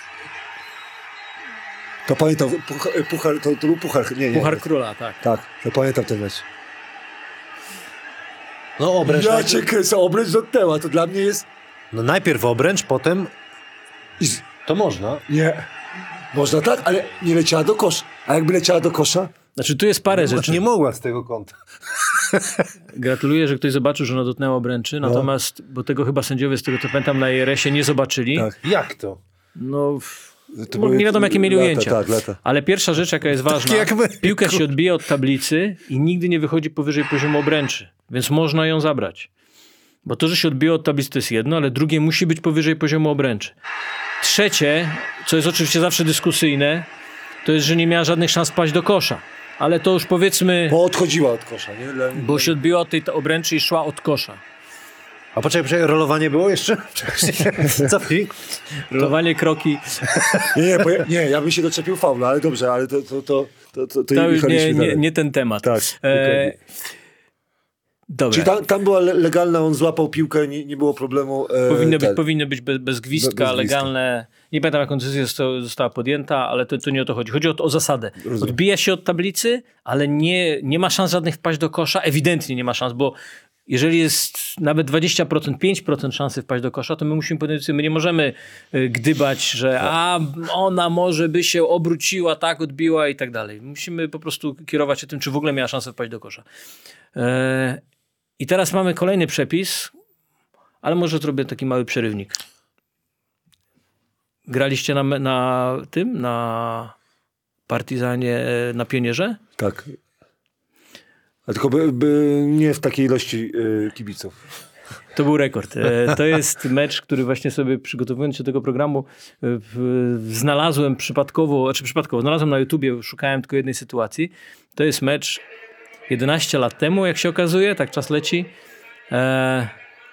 To pamiętam, puchar, puchar to, to był puchar, nie, nie. Puchar Króla, tak. Tak, to pamiętam ten mecz. No obręcz. Ja najpierw, cię kręcę, obręcz dotknęła, to dla mnie jest... no najpierw obręcz, potem I z- to można. Nie. Można tak, ale nie leciała do kosza. A jakby leciała do kosza? Znaczy tu jest parę rzeczy. Nie mogła z tego kąta. Gratuluję, że ktoś zobaczył, że ona dotknęła obręczy, natomiast, bo tego chyba sędziowie, z tego co pamiętam, na I R S ie nie zobaczyli. Tak. Jak to? No, w- To no były nie wiadomo, jakie mieli lata, ujęcia. Tak, lata. Ale pierwsza rzecz, jaka jest ważna, jak my. piłka się odbija od tablicy i nigdy nie wychodzi powyżej poziomu obręczy, więc można ją zabrać. Bo to, że się odbija od tablicy, to jest jedno, ale drugie musi być powyżej poziomu obręczy. Trzecie, co jest oczywiście zawsze dyskusyjne, to jest, że nie miała żadnych szans paść do kosza. Ale to już powiedzmy, Bo odchodziła od kosza, nie? Le... bo się odbiła od tej ta- obręczy i szła od kosza. A poczekaj, poczekaj, rolowanie było jeszcze? Cofnij. Rolowanie kroki, Nie, nie, bo ja, nie, ja bym się doczepił faula, ale dobrze, ale to, to, to, to, to, to to już jechaliśmy nie, nie, dalej. nie ten temat. Tak, E, dokładnie. dobra. Czyli tam, tam była le- legalna, on złapał piłkę, nie, nie było problemu. E, Powinno być, ten. powinno być bez, bez gwizdka, Bez gwizdka. legalne. Nie pamiętam, jaką decyzja zosta- została podjęta, ale to, to nie o to chodzi. Chodzi o, o zasadę. Rozumiem. Odbija się od tablicy, ale nie, nie ma szans żadnych wpaść do kosza. Ewidentnie nie ma szans, bo jeżeli jest nawet dwadzieścia procent, pięć procent szansy wpaść do kosza, to my musimy podjąć decyzję. My nie możemy y, gdybać, że a ona może by się obróciła, tak, odbiła i tak dalej. Musimy po prostu kierować się tym, czy w ogóle miała szansę wpaść do kosza. E, I teraz mamy kolejny przepis, ale może zrobię taki mały przerywnik. Graliście na, me- na tym, na Partizanie, na Pionierze? Tak. A tylko by, by nie w takiej ilości y, kibiców. To był rekord. E, To jest mecz, który właśnie sobie przygotowując się do tego programu e, w- znalazłem przypadkowo, znaczy przypadkowo, znalazłem na YouTubie, szukałem tylko jednej sytuacji. To jest mecz jedenaście lat temu, jak się okazuje, tak czas leci. E,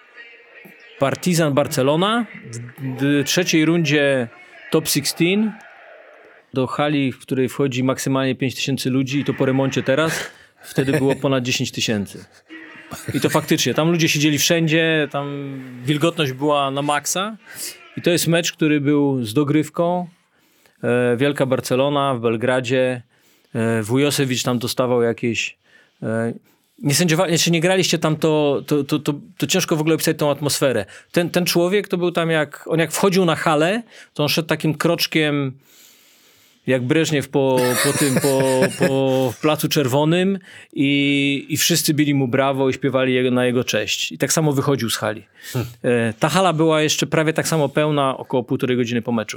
Partizan Barcelona w, w trzeciej rundzie top szesnaście do hali, w której wchodzi maksymalnie pięć tysięcy ludzi i to po remoncie teraz. Wtedy było ponad dziesięć tysięcy. I to faktycznie, tam ludzie siedzieli wszędzie, tam wilgotność była na maksa. I to jest mecz, który był z dogrywką. E, Wielka Barcelona w Belgradzie. E, Wujosewicz tam dostawał jakieś... E, nie sędziowali, jeśli nie graliście tam, to, to, to, to, to ciężko w ogóle opisać tą atmosferę. Ten, ten człowiek to był tam jak... On jak wchodził na halę, to on szedł takim kroczkiem... jak Breżniew po, po tym, po, po Placu Czerwonym i, i wszyscy bili mu brawo i śpiewali jego, na jego cześć. I tak samo wychodził z hali. E, ta hala była jeszcze prawie tak samo pełna około półtorej godziny po meczu.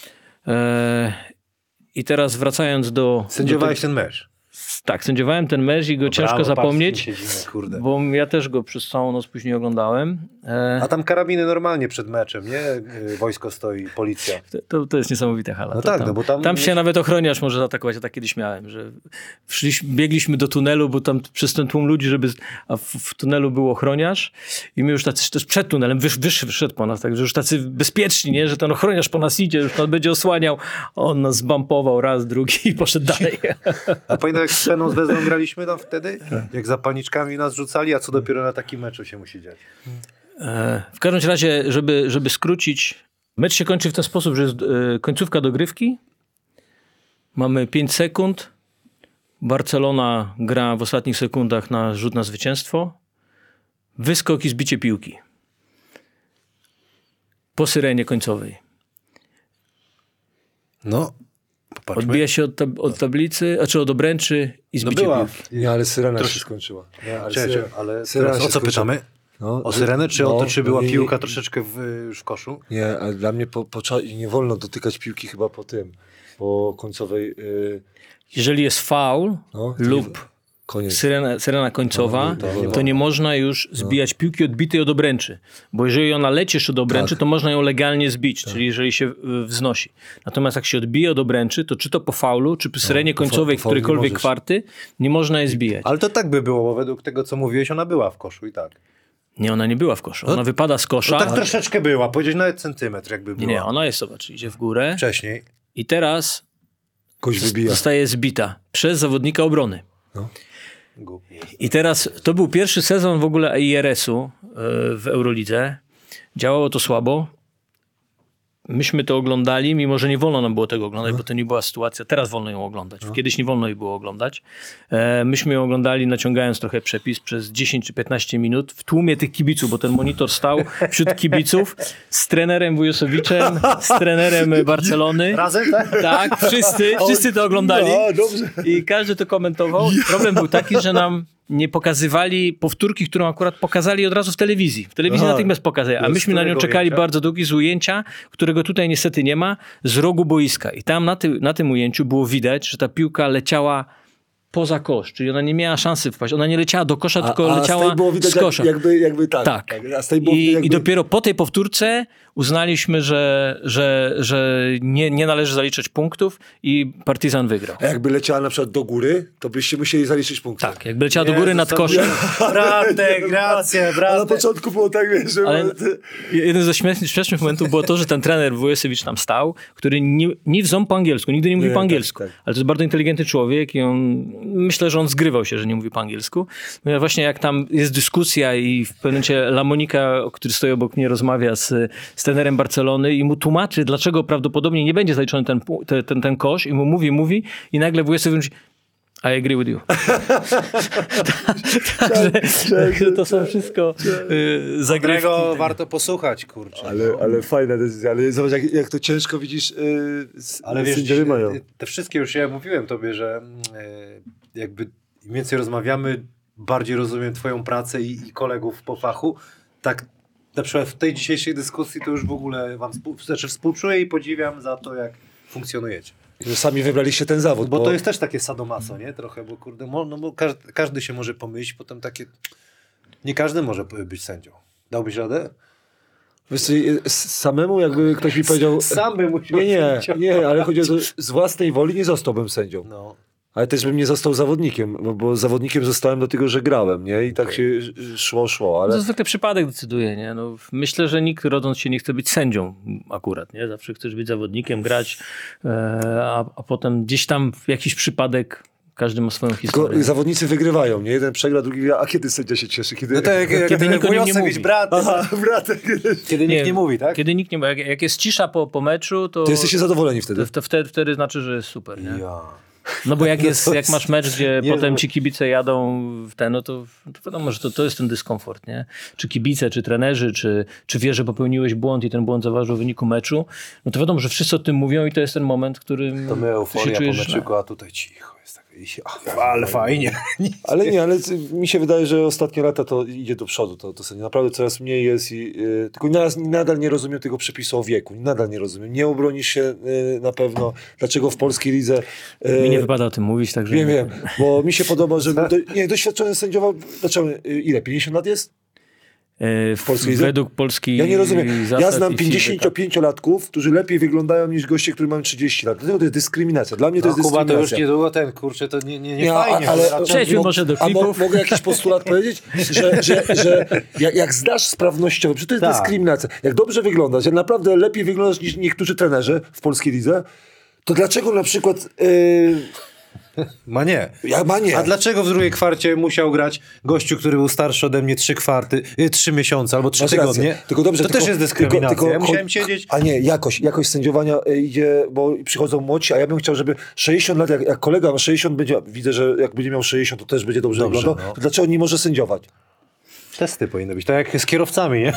E, I teraz wracając do... Sędziowałeś do ten mecz. Tak, sędziowałem ten mecz i go ciężko Brawo, zapomnieć, patrz, z kim siedzimy, kurde. bo ja też go przez całą noc później oglądałem. E, A tam karabiny normalnie przed meczem, nie? Y, Wojsko stoi, policja. To, to jest niesamowita hala. No to tak, tam, no bo tam- tam się nawet ochroniarz może zaatakować. Ja tak kiedyś miałem, że szliśmy, biegliśmy do tunelu, bo tam przez ten tłum ludzi, żeby... A w, w tunelu był ochroniarz i my już tacy, też przed tunelem, wysz, wysz, wyszedł po nas, także już tacy bezpieczni, nie? Że ten ochroniarz po nas idzie, już nas będzie osłaniał. On nas zbampował raz, drugi i poszedł dalej. A pamiętam jak z Peną z Wezną graliśmy tam wtedy? Jak zapalniczkami nas rzucali, a co dopiero na takim meczu się musi dziać? E, W każdym razie, żeby, żeby skrócić, mecz się kończy w ten sposób, że jest e, końcówka dogrywki. Mamy pięć sekund. Barcelona gra w ostatnich sekundach na rzut na zwycięstwo. Wyskok i zbicie piłki. Po syrenie końcowej. No, popatrzmy. Odbija się od, tab- od tablicy, znaczy od obręczy i No zbicie była. piłki. Nie, ale syrena Trosz- się skończyła. Nie, ale Cześć, syre- ale syrena teraz się o co skończyła. pytamy? No, O syrenę, czy o no, to, czy była nie, piłka nie, troszeczkę w, już w koszu? Nie, ale dla mnie po, po, cza- nie wolno dotykać piłki chyba po tym, po końcowej... Yy, Jeżeli jest faul no, to lub nie- koniec. syrena, syrena końcowa, No, nie, to to nie nie można już zbijać piłki odbitej od obręczy. Bo jeżeli ona leci jeszcze do obręczy, Tak. to można ją legalnie zbić, czyli jeżeli się y, wznosi. Natomiast jak się odbije od obręczy, to czy to po faulu, czy po syrenie po fa- końcowej po faulu nie którejkolwiek możesz. kwarty, nie można jej zbijać. Ale to tak by było, bo według tego, co mówiłeś, ona była w koszu i tak. Nie, ona nie była w koszu. Ona wypada z kosza. No tak troszeczkę była, powiedzieć nawet centymetr jakby nie, była. nie, ona jest, zobacz, idzie w górę Wcześniej. i teraz Kość wybija. zostaje zbita przez zawodnika obrony. Głupi. I teraz to był pierwszy sezon w ogóle I R S-u y, w Eurolidze. Działało to słabo. Myśmy to oglądali, mimo że nie wolno nam było tego oglądać, bo to nie była sytuacja. Teraz wolno ją oglądać. Kiedyś nie wolno jej było oglądać. E, myśmy ją oglądali, naciągając trochę przepis przez dziesięć czy piętnaście minut w tłumie tych kibiców, bo ten monitor stał wśród kibiców z trenerem Wujosowiczem, z trenerem Barcelony. Razem, tak? Tak, wszyscy, wszyscy to oglądali. No, dobrze. I każdy to komentował. Problem był taki, że nam nie pokazywali powtórki, którą akurat pokazali od razu w telewizji. W telewizji Aha. natychmiast pokazali, a Z myśmy na nią którego czekali ujęcia? bardzo długi z ujęcia, którego tutaj niestety nie ma, z rogu boiska. I tam na, ty, na tym ujęciu było widać, że ta piłka leciała poza kosz, czyli ona nie miała szansy wpaść. Ona nie leciała do kosza, tylko a, a leciała z tej było widać z kosza. Jak, jakby, jakby tak. Tak. A z tej było I, jakby... I dopiero po tej powtórce uznaliśmy, że, że, że nie, nie należy zaliczać punktów i Partizan wygrał. A jakby leciała na przykład do góry, to byście musieli zaliczyć punkt. Tak, jakby leciała do góry nad koszem. Bratek, rację, A na bratek. początku było tak, wiesz, że... Ale jeden ze śmiesznych, śmiesznych momentów było to, że ten trener Wujosewicz tam stał, który nie, nie wzął po angielsku, nigdy nie mówił Nie, po tak, angielsku. tak. Ale to jest bardzo inteligentny człowiek i on, myślę, że on zgrywał się, że nie mówi po angielsku. No właśnie jak tam jest dyskusja i w pewnym momencie Lamonika, który stoi obok mnie, rozmawia z, z trenerem Barcelony i mu tłumaczy, dlaczego prawdopodobnie nie będzie zaliczony ten, pu- ten, ten, ten kosz i mu mówi, mówi i nagle Wujosewicz mówi, I agree with you. Także, także to są wszystko y, zagrywki. Którego warto posłuchać, kurczę. Ale, ale fajna decyzja, ale zobacz, jak, jak to ciężko widzisz, yy, Ale wiesz, sędziowie mają. te wszystkie już ja mówiłem tobie, że e, jakby im więcej rozmawiamy, bardziej rozumiem twoją pracę i, i kolegów po fachu. Tak na przykład w tej dzisiejszej dyskusji to już w ogóle wam współ, znaczy współczuję i podziwiam za to, jak funkcjonujecie. Że sami wybraliście ten zawód. Bo to jest też takie sadomaso, nie? Trochę, bo kurde, mo, no bo każdy, każdy się może pomylić, potem takie... Nie każdy może być sędzią. Dałbyś radę? Wiesz co, s- samemu jakby ktoś mi powiedział... Sam bym musiał Nie, nie, sędzią. nie, ale chodzi o to, z własnej woli nie zostałbym sędzią. No. Ale też bym nie został zawodnikiem, bo, bo zawodnikiem zostałem do tego, że grałem, nie? I tak się sz- szło, szło, ale... To zwykle przypadek decyduje, nie? No, myślę, że nikt rodząc się nie chce być sędzią akurat, nie? Zawsze chcesz być zawodnikiem, grać, e, a, a potem gdzieś tam w jakiś przypadek każdy ma swoją Tylko historię. zawodnicy wygrywają, nie? Jeden przegra, drugi wygra, a kiedy sędzia się cieszy? Kiedy... No to jak, jak Kiedy jak nikt o nim nie wujosek mówi. mieć brat, Aha, bratek. kiedy nikt nie mówi, tak? Kiedy nikt nie mówi. Jak, jak jest cisza po, po meczu, to, To jesteście zadowoleni wtedy? to, to wtedy, wtedy znaczy, że jest super, nie? Ja. No bo jak, jest, to jak masz mecz, gdzie nie potem wiem. ci kibice jadą w ten, no to, to wiadomo, że to, to jest ten dyskomfort, nie? Czy kibice, czy trenerzy, czy, czy wiesz, że popełniłeś błąd i ten błąd zaważył w wyniku meczu, no to wiadomo, że wszyscy o tym mówią i to jest ten moment, w którym To my ty się euforia po czujesz źle. meczyku, a tutaj cicho jest. Tak, i się, ach, ale fajnie. Ale nie, ale c- mi się wydaje, że ostatnie lata to idzie do przodu. To, to sobie naprawdę coraz mniej jest i yy, tylko nadal, nadal nie rozumiem tego przepisu o wieku. Nadal nie rozumiem. Nie obronisz się yy, na pewno. Dlaczego w polskiej lidze... Yy, Mi nie wypada o tym mówić, także... Wiem, wiem, bo mi się podoba, że do, nie, doświadczony sędziowa, dlaczego, yy, ile, pięćdziesiąt lat jest? E, w, polskiej lidze? według Polski Ja nie rozumiem. Ja zasad znam i pięćdziesięciopięciolatków, którzy lepiej wyglądają niż goście, którzy mają trzydzieści lat. Dlatego to jest dyskryminacja. Dla mnie to No, jest Kuba, to dyskryminacja. już niedługo ten, kurczę, to nie, nie, nie, Nie, a- fajnie. ale, ale Przejdźmy mo- może do a mo- klipów. mogę jakiś postulat powiedzieć? Że, że, że jak, jak zdasz sprawnościowy, przecież to jest Tak. dyskryminacja. Jak dobrze wyglądasz, jak naprawdę lepiej wyglądasz niż niektórzy trenerzy w polskiej lidze, to dlaczego na przykład... Yy, Ma nie. ja ma nie. A dlaczego w drugiej kwarcie musiał grać gościu, który był starszy ode mnie trzy kwarty, y, trzy miesiące albo trzy Masz rację. tygodnie? Tylko dobrze, to tylko, też jest dyskryminacja. Tylko, tylko, ja musiałem cho- siedzieć... A nie, jakość, jakość sędziowania y, idzie, bo przychodzą młodsi, a ja bym chciał, żeby sześćdziesiąt lat, jak, jak kolega ma sześćdziesiąt, będzie, widzę, że jak będzie miał sześćdziesiąt, to też będzie dobrze, Dobrze, wyglądał. no. To dlaczego nie może sędziować? Testy powinny być, tak jak z kierowcami, nie?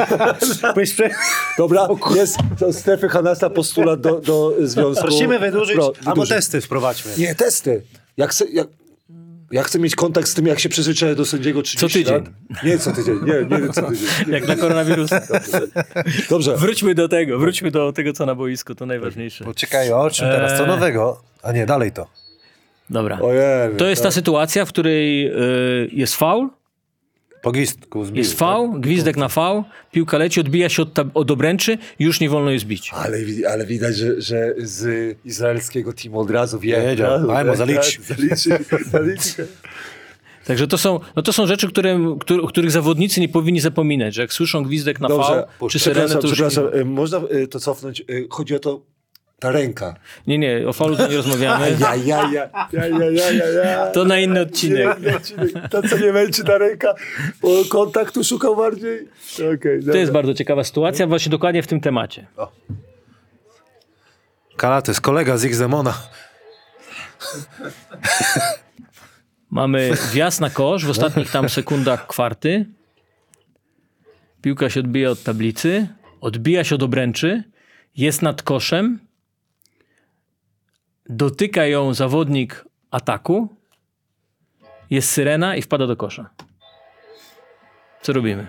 Byś prze... Dobra, jest to strefy Hanasa postulat do, do związku. Prosimy wydłużyć, Pro, albo wydłużyć. testy wprowadźmy. Nie, testy. Jak chcę, jak, ja chcę mieć kontakt z tym, jak się przyzwyczaję do sędziego trzydzieści tydzień. lat. Nie co tydzień, nie, nie co tydzień. Jak na koronawirusa. Dobrze. Wróćmy do tego, wróćmy do tego, co na boisku, to najważniejsze. Poczekaj, o czym teraz? Co Eee. nowego? A nie, dalej to. Dobra. Ojej. To jest ta sytuacja, w której y, jest faul, Po gwizdku zbił. jest faul, gwizdek na faul, piłka leci, odbija się od, tab- od obręczy i już nie wolno jest bić. Ale, wi- ale widać, że, że z izraelskiego teamu od razu wie. Wiedział. Od razu, Ajmo, tak, zalicz. tak, Zaliczy. Zaliczy. Także to są, no to są rzeczy, które, któr- których zawodnicy nie powinni zapominać, że jak słyszą gwizdek na Dobrze, faul czy syrenę, przepraszam, to już przepraszam. y, Można y, to cofnąć? Y, Chodzi o to, ta ręka. nie, nie, o faulu to nie rozmawiamy. Ja, ja, ja, ja, ja, ja, ja, ja. To na inny odcinek. Nie, nie, to co nie męczy ta ręka, bo kontaktu szukał bardziej. Okay, To jest bardzo ciekawa sytuacja, właśnie dokładnie w tym temacie. Kala to jest kolega z X-Demona. Mamy wjazd na kosz w ostatnich tam sekundach kwarty. Piłka się odbija od tablicy, odbija się od obręczy, jest nad koszem, dotyka ją zawodnik ataku, jest syrena i wpada do kosza. Co robimy?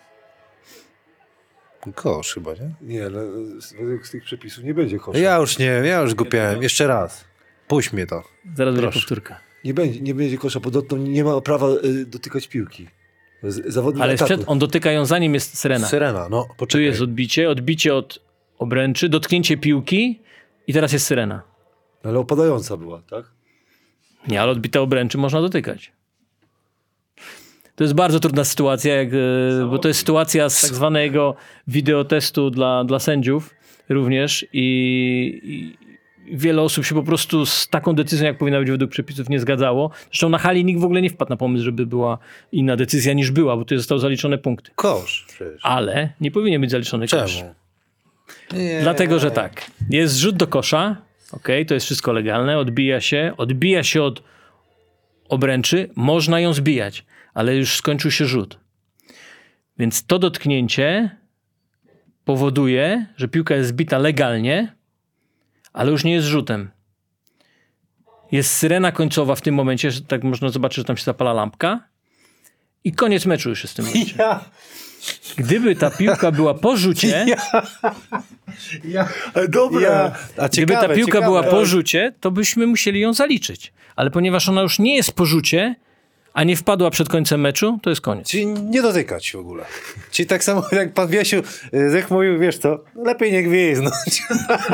Kosz chyba, nie? Nie, ale z- według tych przepisów nie będzie kosza. Ja już nie, ja już głupiałem. Jeszcze raz. Puść mnie to. Zaraz będzie Proszę. powtórka. Nie będzie, nie będzie kosza, bo dotąd nie ma prawa y, dotykać piłki. Z- Zawodnik Ale ataku. przed, on dotyka ją zanim jest syrena. Syrena, no Tu poczekaj. jest odbicie, odbicie od obręczy, dotknięcie piłki i teraz jest syrena. Ale opadająca była, tak? Nie, ale odbite obręczy można dotykać. To jest bardzo trudna sytuacja, jak, e, bo to jest sytuacja z tak zwanego wideotestu dla, dla sędziów również i, i wiele osób się po prostu z taką decyzją, jak powinna być według przepisów, nie zgadzało. Zresztą na hali nikt w ogóle nie wpadł na pomysł, żeby była inna decyzja niż była, bo tu zostały zaliczone punkty. Kosz przecież. Ale nie powinien być zaliczony kosz. Czemu? Nie. Dlatego, że tak. Jest rzut do kosza, okej, to jest wszystko legalne, odbija się, odbija się od obręczy, można ją zbijać, ale już skończył się rzut. Więc to dotknięcie powoduje, że piłka jest zbita legalnie, ale już nie jest rzutem. Jest syrena końcowa w tym momencie, że tak można zobaczyć, że tam się zapala lampka i koniec meczu już jest w tym momencie. Ja, Gdyby ta piłka była po rzucie, ja, Ale dobra. ja. A Gdyby ciekawe, ta piłka ciekawe. była po rzucie, to byśmy musieli ją zaliczyć. Ale ponieważ ona już nie jest po rzucie, a nie wpadła przed końcem meczu, to jest koniec. Czyli nie dotykać w ogóle. Czyli tak samo jak pan Wiesiu y, Zech mówił, wiesz co, lepiej nie gwieźdznąć.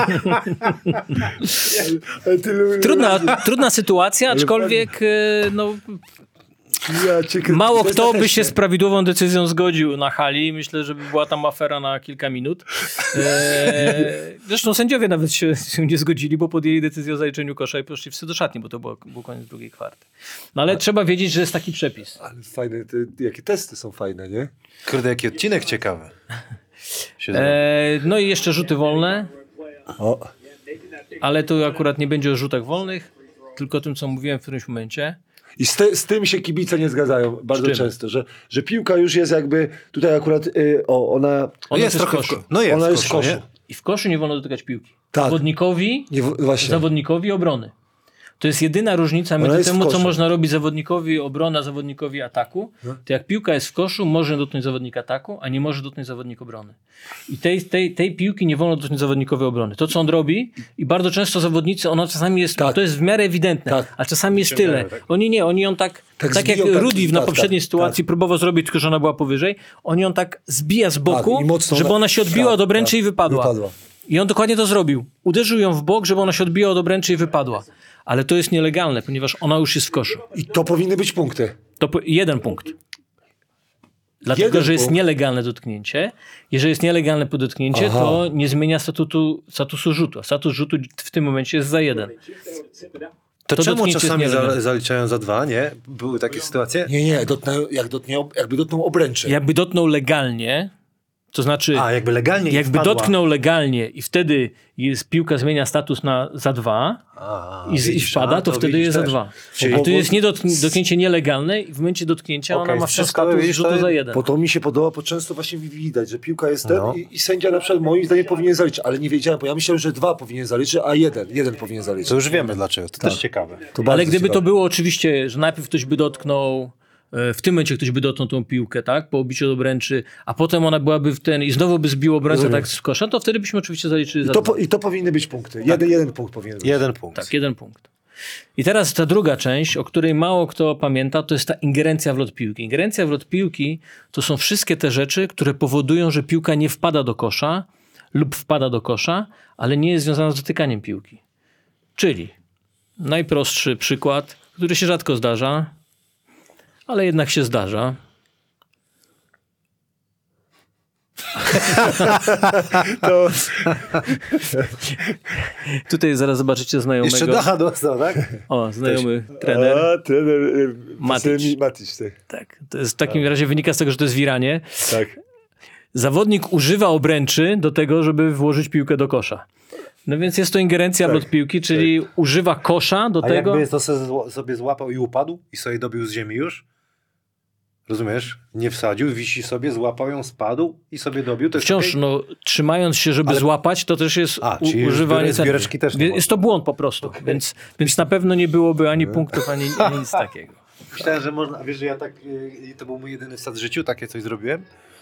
Trudna, trudna sytuacja, aczkolwiek e, no, Ja cię krę- mało kto by beznatecznie. się z prawidłową decyzją zgodził na hali. Myślę, że by była tam afera na kilka minut. E, zresztą sędziowie nawet się, się nie zgodzili, bo podjęli decyzję o zaliczeniu kosza i poszli wszyscy do szatni, bo to było, był koniec drugiej kwarty. No ale trzeba wiedzieć, że jest taki przepis. Ale fajne, te, jakie testy są fajne, nie? Kurde, jaki odcinek ciekawy. Się zrobił. E, no i jeszcze rzuty wolne, O, ale tu akurat nie będzie o rzutach wolnych, tylko o tym, co mówiłem w którymś momencie. i z, te, z tym się kibice nie zgadzają bardzo czym? często, że, że piłka już jest jakby, tutaj akurat, y, o, ona, Ona jest jest w trochę koszu. w ko- No jest, ona w jest w koszu, koszu. nie? I w koszu nie wolno dotykać piłki. Tak. Zawodnikowi, Nie, w- właśnie. zawodnikowi obrony. To jest jedyna różnica Ona między jest w tym, co koszu. można robić zawodnikowi obrony, a zawodnikowi ataku. To jak piłka jest w koszu, może dotknąć zawodnik ataku, a nie może dotknąć zawodnik obrony. I tej, tej, tej piłki nie wolno dotknąć zawodnikowi obrony. To, co on robi, i bardzo często zawodnicy, ona czasami jest, Tak. to jest w miarę ewidentne, Tak. a czasami jest tyle. Oni nie, oni ją tak, Tak tak, jak zbiją, tak, Rudy na tak, poprzedniej tak, sytuacji próbował zrobić, tylko że ona była powyżej, on ją tak zbija z boku, Tak, i mocno żeby na- ona się odbiła tak, od obręczy tak, i wypadła. wypadła. I on dokładnie to zrobił. Uderzył ją w bok, żeby ona się odbiła od obręczy i wypadła. Ale to jest nielegalne, ponieważ ona już jest w koszu. I to powinny być punkty. To po, jeden punkt. Dlatego, Jeden że jest punkt. nielegalne dotknięcie. Jeżeli jest nielegalne dotknięcie, Aha. to nie zmienia statutu, statusu rzutu. A status rzutu w tym momencie jest za jeden. To, To czemu dotknięcie jest czasami nielegalne. za, zaliczają za dwa, nie? Były takie sytuacje? Nie, nie, dotknę, jak dotknie, jakby dotknął obręczy. Jakby dotknął legalnie, to znaczy A, jakby legalnie jakby wpadła. dotknął legalnie i wtedy jest, piłka zmienia status na za dwa, A, i, z, i widzisz, wpada, a, to, wtedy widzisz jest za też. dwa. Czyli- A tu jest nie dotk- dotknięcie nielegalne i w momencie dotknięcia Okej, ona ma wciąż wszystko status widzisz, to rzutu jest- za jeden. Bo to mi się podoba, bo często właśnie widać, że piłka jest ten No. i, i sędzia na przykład moim zdaniem powinien zaliczyć, ale nie wiedziałem, bo ja myślałem, że dwa powinien zaliczyć, a jeden, jeden powinien zaliczyć. To już wiemy dlaczego, to też ciekawe. To bardzo Ale gdyby ciekawe. to było oczywiście, że najpierw ktoś by dotknął, e, w tym momencie ktoś by dotknął tą piłkę, tak, po obiciu od obręczy, a potem ona byłaby w ten i znowu by zbił obrońcę Rozumiem. tak z kosza, to wtedy byśmy oczywiście zaliczyli za I to, dwa. po, I to powinny być punkty. Jeden, jeden punkt powinien być. Jeden punkt. Tak, jeden punkt. I teraz ta druga część, o której mało kto pamięta, to jest ta ingerencja w lot piłki. Ingerencja w lot piłki to są wszystkie te rzeczy, które powodują, że piłka nie wpada do kosza lub wpada do kosza, ale nie jest związana z dotykaniem piłki. Czyli najprostszy przykład, który się rzadko zdarza, ale jednak się zdarza. To, Tutaj zaraz zobaczycie znajomego. Jeszcze Daha dostał, tak? O, znajomy trener. a, trener y, Matic. Matic. Matic tak. Tak. To jest w takim razie wynika z tego, że to jest w Iranie. tak. Zawodnik używa obręczy do tego, żeby włożyć piłkę do kosza. No więc jest to ingerencja w lot piłki, czyli używa kosza do A tego. jakby to se zło- sobie złapał i upadł i sobie dobił z ziemi już? Rozumiesz? Nie wsadził, wisi sobie, złapał ją, spadł i sobie dobił. To jest Wciąż, okej? no, trzymając się, żeby Ale- złapać, to też jest A, u- czyli używanie... zbiore- zbiereczki też nie Wie- można. Jest to błąd po prostu, więc, więc na pewno nie byłoby ani punktów, ani, ani nic takiego. Myślałem, że można, wiesz, że ja tak, y, to był mój jedyny wsad w życiu, takie coś zrobiłem.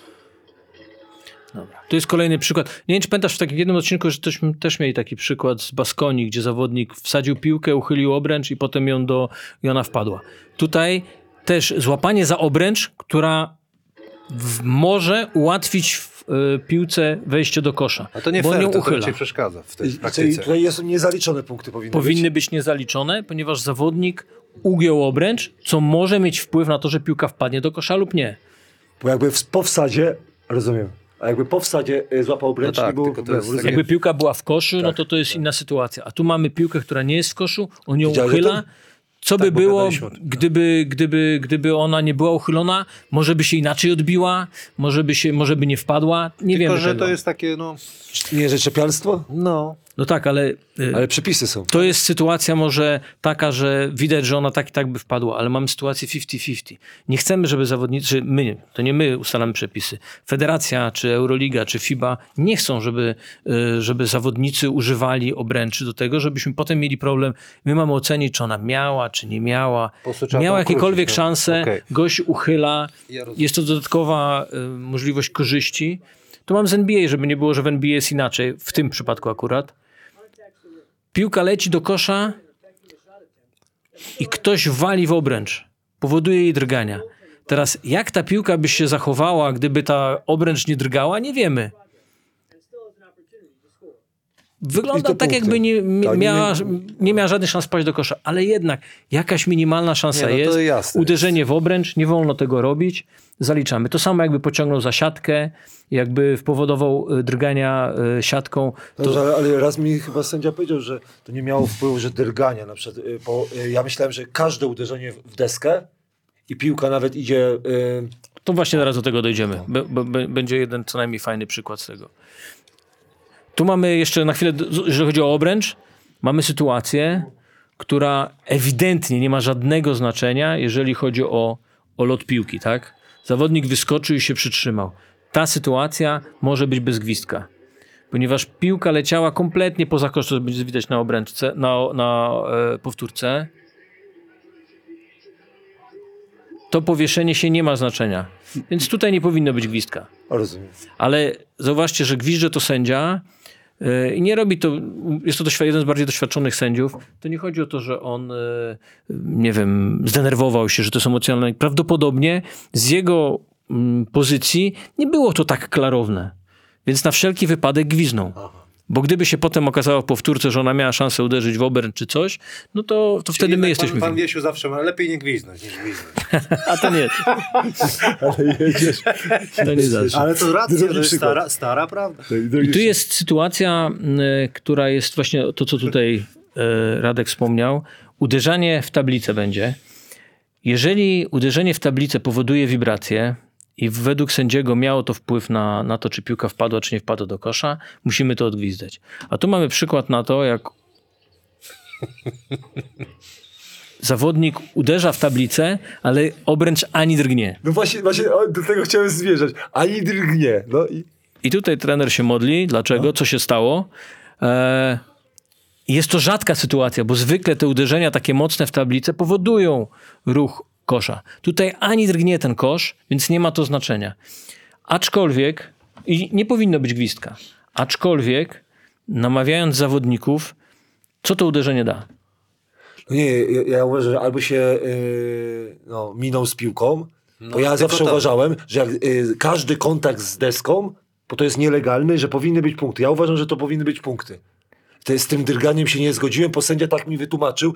Dobra. To jest kolejny przykład. Nie wiem, czy pamiętasz w takim jednym odcinku, że tośmy też mieli taki przykład z Baskonii, gdzie zawodnik wsadził piłkę, uchylił obręcz i potem ją do... i ona wpadła. Tutaj też złapanie za obręcz, która w, może ułatwić w y, piłce wejście do kosza. A to nie bo fair, nią to, to uchyla. ci przeszkadza w tej Czyli praktyce. tutaj jest niezaliczone punkty powinny, Powinny być. być niezaliczone, ponieważ zawodnik ugiął obręcz, co może mieć wpływ na to, że piłka wpadnie do kosza lub nie. Bo jakby w, po wsadzie, rozumiem, a jakby po wsadzie y, złapał obręcz, No tak, nie było tylko to problemu. jest rozumiem. Jakby piłka była w koszu, no Tak, to to jest inna sytuacja. A tu mamy piłkę, która nie jest w koszu, on ją Widziałeś uchyla. o tym? Co by Tak, bo było, gadaliśmy o tym, no. gdyby, gdyby, gdyby ona nie była uchylona? Może by się inaczej odbiła? Może by, się, może by nie wpadła? Nie Tylko, wiem. że to jest takie, no... Nie, że czepialstwo? No. No tak, ale, y, Ale przepisy są. to jest sytuacja może taka, że widać, że ona tak i tak by wpadła, ale mamy sytuację fifty fifty. Nie chcemy, żeby zawodnicy, my, to nie my ustalamy przepisy. Federacja, czy Euroliga, czy FIBA nie chcą, żeby, y, żeby zawodnicy używali obręczy do tego, żebyśmy potem mieli problem. My mamy ocenić, czy ona miała, czy nie miała. Po prostu trzeba Miała to jakiekolwiek ukrócić, no. szanse, Okej. gość uchyla, Ja rozumiem. jest to dodatkowa y, możliwość korzyści. To mam z N B A, żeby nie było, że w N B A jest inaczej, w tym przypadku akurat. Piłka leci do kosza i ktoś wali w obręcz. powoduje jej drgania. Teraz jak ta piłka by się zachowała, gdyby ta obręcz nie drgała, nie wiemy. I Wygląda to tak, punkty. jakby nie, mi- Tak, nie- miała, nie miała żadnych szans paść do kosza, ale jednak jakaś minimalna szansa Nie, no to jest. jasne Uderzenie w obręcz, nie wolno tego robić, zaliczamy. To samo jakby pociągnął za siatkę, jakby powodował y, drgania y, siatką. To, Dobrze, ale, ale raz mi chyba sędzia powiedział, że to nie miało wpływu, że drgania na przykład. y, Bo y, ja myślałem, że każde uderzenie w w deskę i piłka nawet idzie... y, to właśnie zaraz do tego dojdziemy. B, b, b, będzie jeden co najmniej fajny przykład z tego. Tu mamy jeszcze na chwilę, jeżeli chodzi o obręcz, mamy sytuację, która ewidentnie nie ma żadnego znaczenia, jeżeli chodzi o, o lot piłki, tak? Zawodnik wyskoczył i się przytrzymał. Ta sytuacja może być bez gwizdka, ponieważ piłka leciała kompletnie poza kosz, to będzie widać na obręczce, na, na e, powtórce. To powieszenie się nie ma znaczenia, więc tutaj nie powinno być gwizdka. o, rozumiem. Ale zauważcie, że gwizdże to sędzia yy, i nie robi to, jest to doświ- jeden z bardziej doświadczonych sędziów. To nie chodzi o to, że on, yy, nie wiem, zdenerwował się, że to jest emocjonalne. Prawdopodobnie z jego mm, pozycji nie było to tak klarowne. Więc na wszelki wypadek gwizdnął. Bo gdyby się potem okazało w powtórce, że ona miała szansę uderzyć w obręcz czy coś, no to, to wtedy my jesteśmy Pan, pan winni. Wiesiu zawsze ma lepiej nie gwizdnąć niż gwizdnąć. A to nie. Ale jedziesz. To nie zawsze. Ale to racja, Drugi to jest przykład. stara, stara prawda. I tu jest sytuacja, y, która jest właśnie to, co tutaj y, Radek wspomniał. Uderzanie w tablicę będzie. Jeżeli uderzenie w tablicę powoduje wibrację i według sędziego miało to wpływ na, na to, czy piłka wpadła, czy nie wpadła do kosza, musimy to odgwizdać. A tu mamy przykład na to, jak zawodnik uderza w tablicę, ale obręcz ani drgnie. No właśnie, właśnie o, do tego chciałem zmierzać. Ani drgnie. No i... I tutaj trener się modli. Dlaczego? Co się stało? E, jest to rzadka sytuacja, bo zwykle te uderzenia takie mocne w tablicę powodują ruch kosza. Tutaj ani drgnie ten kosz, więc nie ma to znaczenia. Aczkolwiek, i nie powinno być gwizdka, aczkolwiek namawiając zawodników, co to uderzenie da? No nie, ja, ja uważam, że albo się y, no, minął z piłką, bo ja tylko zawsze to. uważałem, że jak, y, każdy kontakt z deską, bo to jest nielegalny, że powinny być punkty. Ja uważam, że to powinny być punkty. Te, z tym drganiem się nie zgodziłem, bo sędzia tak mi wytłumaczył.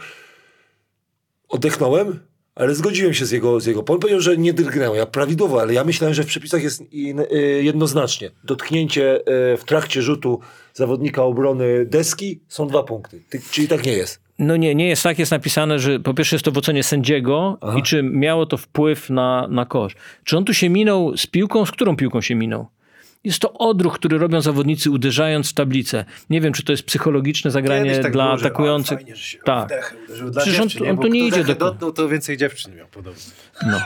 Oddechnąłem, ale zgodziłem się z jego, z jego. On powiedział, że nie drgnęło. Ja prawidłowo, ale ja myślałem, że w przepisach jest in, y, jednoznacznie. Dotknięcie y, w trakcie rzutu zawodnika obrony deski są dwa punkty. Ty, czyli tak nie jest. No nie, nie jest tak, jest napisane, że po pierwsze jest to w ocenie sędziego i czy miało to wpływ na, na kosz. Czy on tu się minął z piłką? Z którą piłką się minął? Jest to odruch, który robią zawodnicy uderzając w tablicę. Nie wiem, czy to jest psychologiczne zagranie Kiedyś tak dla było, że, atakujących. a, fajnie, że się Tak. wdechy uderzył dla Przecież on- dziewczyn, on bo tu nie kto idzie dechę do- dotknął, to więcej dziewczyn miał podobno. No.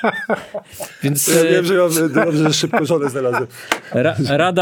Więc Ja e, wiem, że mam, dobrze, że szybko żonę znalazłem. ra, rada,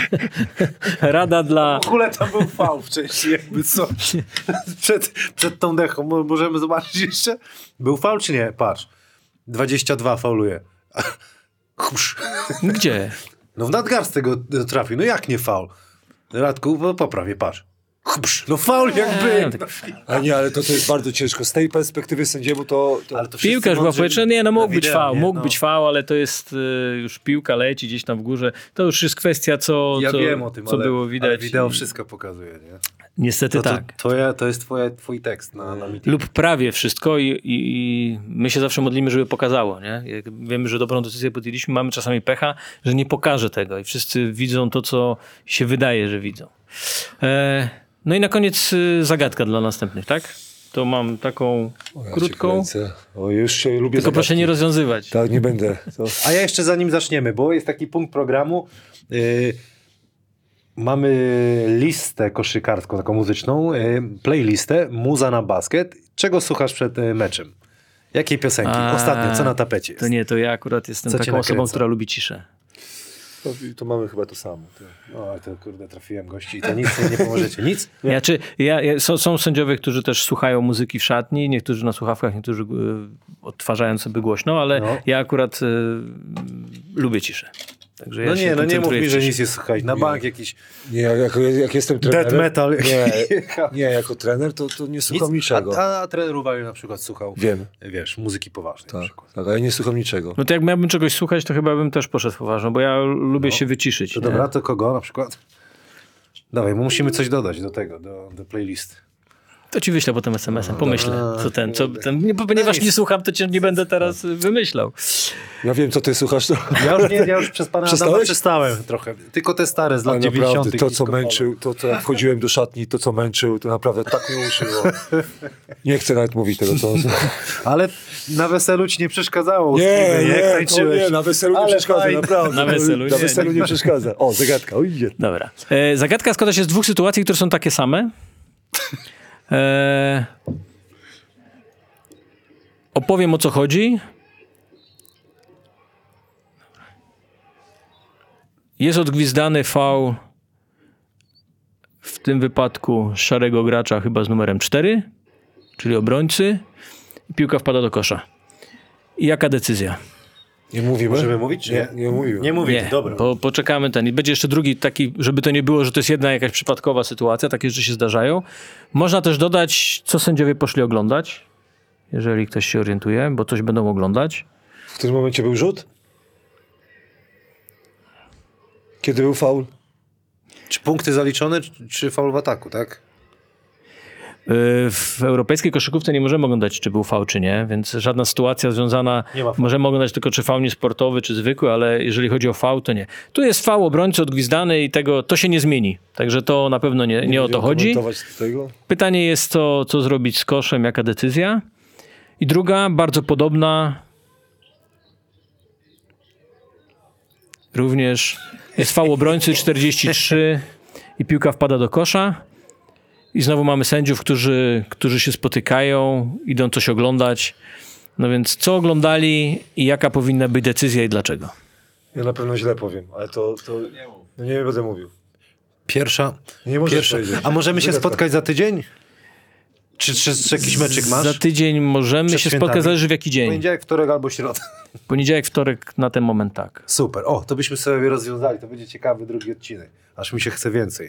rada dla... W ogóle to był fał wcześniej, jakby co. Przed, przed tą dechą mo- możemy zobaczyć jeszcze? Był faul czy nie? Patrz. dwadzieścia dwa fauluje. Husz. Gdzie? No w nadgarstek go trafił. No jak nie faul? Radku, no poprawię, patrz. Husz. No faul jakby. Eee, tak. A nie, ale to, to jest bardzo ciężko. Z tej perspektywy sędziemu to... to... Ale to wszyscy Piłkarz była mądrzy powietrzna, nie, no na mógł być wideo, faul, nie? mógł No. być faul, ale to jest y, już piłka leci gdzieś tam w górze. To już jest kwestia, co, Ja co, wiem o tym, co ale, było ale widać. wideo I- wszystko pokazuje, nie? Niestety To, to, tak. twoja, to jest twoja, twój tekst na, na meeting. Lub prawie wszystko i, i, i my się zawsze modlimy, żeby pokazało. Nie? Jak wiemy, że dobrą decyzję podjęliśmy, mamy czasami pecha, że nie pokaże tego i wszyscy widzą to, co się wydaje, że widzą. E, no i na koniec y, zagadka dla następnych, tak? To mam taką krótką, O, już się lubię tylko zagadki. proszę nie rozwiązywać. Tak, nie będę. To... A ja jeszcze zanim zaczniemy, bo jest taki punkt programu. Yy, mamy listę koszykarską, taką muzyczną, yy, playlistę, muza na basket. Czego słuchasz przed yy, meczem? Jakiej piosenki? A, Ostatnio, co na tapecie jest? To nie, to ja akurat jestem Co cię taką osobą, nakręca? która lubi ciszę. To, to mamy chyba to samo. O, to kurde, trafiłem gości. To nic nie pomożecie. Nic? Ja, czy, ja, ja, są, są sędziowie, którzy też słuchają muzyki w szatni, niektórzy na słuchawkach, niektórzy y, odtwarzają sobie głośno, ale No. ja akurat y, lubię ciszę. Także ja No się nie, no nie mów koncentruję mi, w że ciszy. nic jest słychać. Na bank jakiś Nie, jak, jak jestem trenerem... death metal. Nie, nie, jako trener to, to nie słucham Nic, niczego. a, a trener Uwagi na przykład słuchał, Wiem. wiesz, muzyki poważnej na Tak, przykład. tak, a ja nie słucham niczego. No to jak miałbym czegoś słuchać, to chyba bym też poszedł poważnie, bo ja lubię się wyciszyć. To nie? dobra, to kogo na przykład? Dawaj, bo musimy coś dodać do tego, do, do playlisty. To ci wyślę potem es em esem, pomyślę, dobra. co ten, co ten, nie, ponieważ nie słucham, to cię nie będę teraz wymyślał. Ja wiem, co ty słuchasz. To... Ja już nie, ja już przez pana Adama Przestałeś? przestałem trochę. Tylko te stare z Ale lat dziewięćdziesiątych. naprawdę, to co disco męczył, to co jak wchodziłem do szatni, to co męczył, to naprawdę tak mnie uszyło. Nie chcę nawet mówić tego, co on... polo. Ale na weselu ci nie przeszkadzało. Nie, uczciwie, jak nie, to tańczyłeś. nie, na weselu nie Ale przeszkadza, fajnie. naprawdę. Na weselu Na nie, weselu nie. nie przeszkadza. O, zagadka, o idzie. Dobra. E, zagadka składa się z dwóch sytuacji, które są takie same. E, opowiem, o co chodzi. Jest odgwizdany faul w tym wypadku szarego gracza chyba z numerem cztery, czyli obrońcy. I piłka wpada do kosza. I jaka decyzja? Nie mówimy? Możemy mówić, czy Nie, nie mówimy. Nie mówię, Nie, dobra. bo poczekamy ten. I będzie jeszcze drugi taki, żeby to nie było, że to jest jedna jakaś przypadkowa sytuacja, takie rzeczy się zdarzają. Można też dodać, co sędziowie poszli oglądać, jeżeli ktoś się orientuje, bo coś będą oglądać. W tym momencie był rzut? Kiedy był faul? Czy punkty zaliczone, czy- czy faul w ataku, tak? Yy, W europejskiej koszykówce nie możemy oglądać, czy był faul, czy nie, więc żadna sytuacja związana, Nie ma faulu. możemy oglądać tylko, czy faul niesportowy, czy zwykły, ale jeżeli chodzi o faul, to nie. Tu jest faul obrońcy odgwizdany i tego, to się nie zmieni. Także to na pewno nie, nie o to będziemy chodzi. komentować tego. Pytanie jest to, co zrobić z koszem, jaka decyzja. I druga, bardzo podobna. Również jest faul obrońcy czterdzieści trzy i piłka wpada do kosza. I znowu mamy sędziów, którzy, którzy się spotykają, idą coś oglądać. No więc co oglądali i jaka powinna być decyzja i dlaczego? Ja na pewno źle powiem, ale to... to... No nie będę mówił. Pierwsza. Nie możesz Pierwsza. powiedzieć. A możemy się Zagadka. spotkać za tydzień? Czy, czy, czy jakiś meczyk masz? Za tydzień możemy Przed się świętami? spotkać, zależy w jaki dzień. Poniedziałek, wtorek albo środa. Poniedziałek, wtorek na ten moment tak. Super. O, to byśmy sobie rozwiązali. To będzie ciekawy drugi odcinek. Aż mi się chce więcej.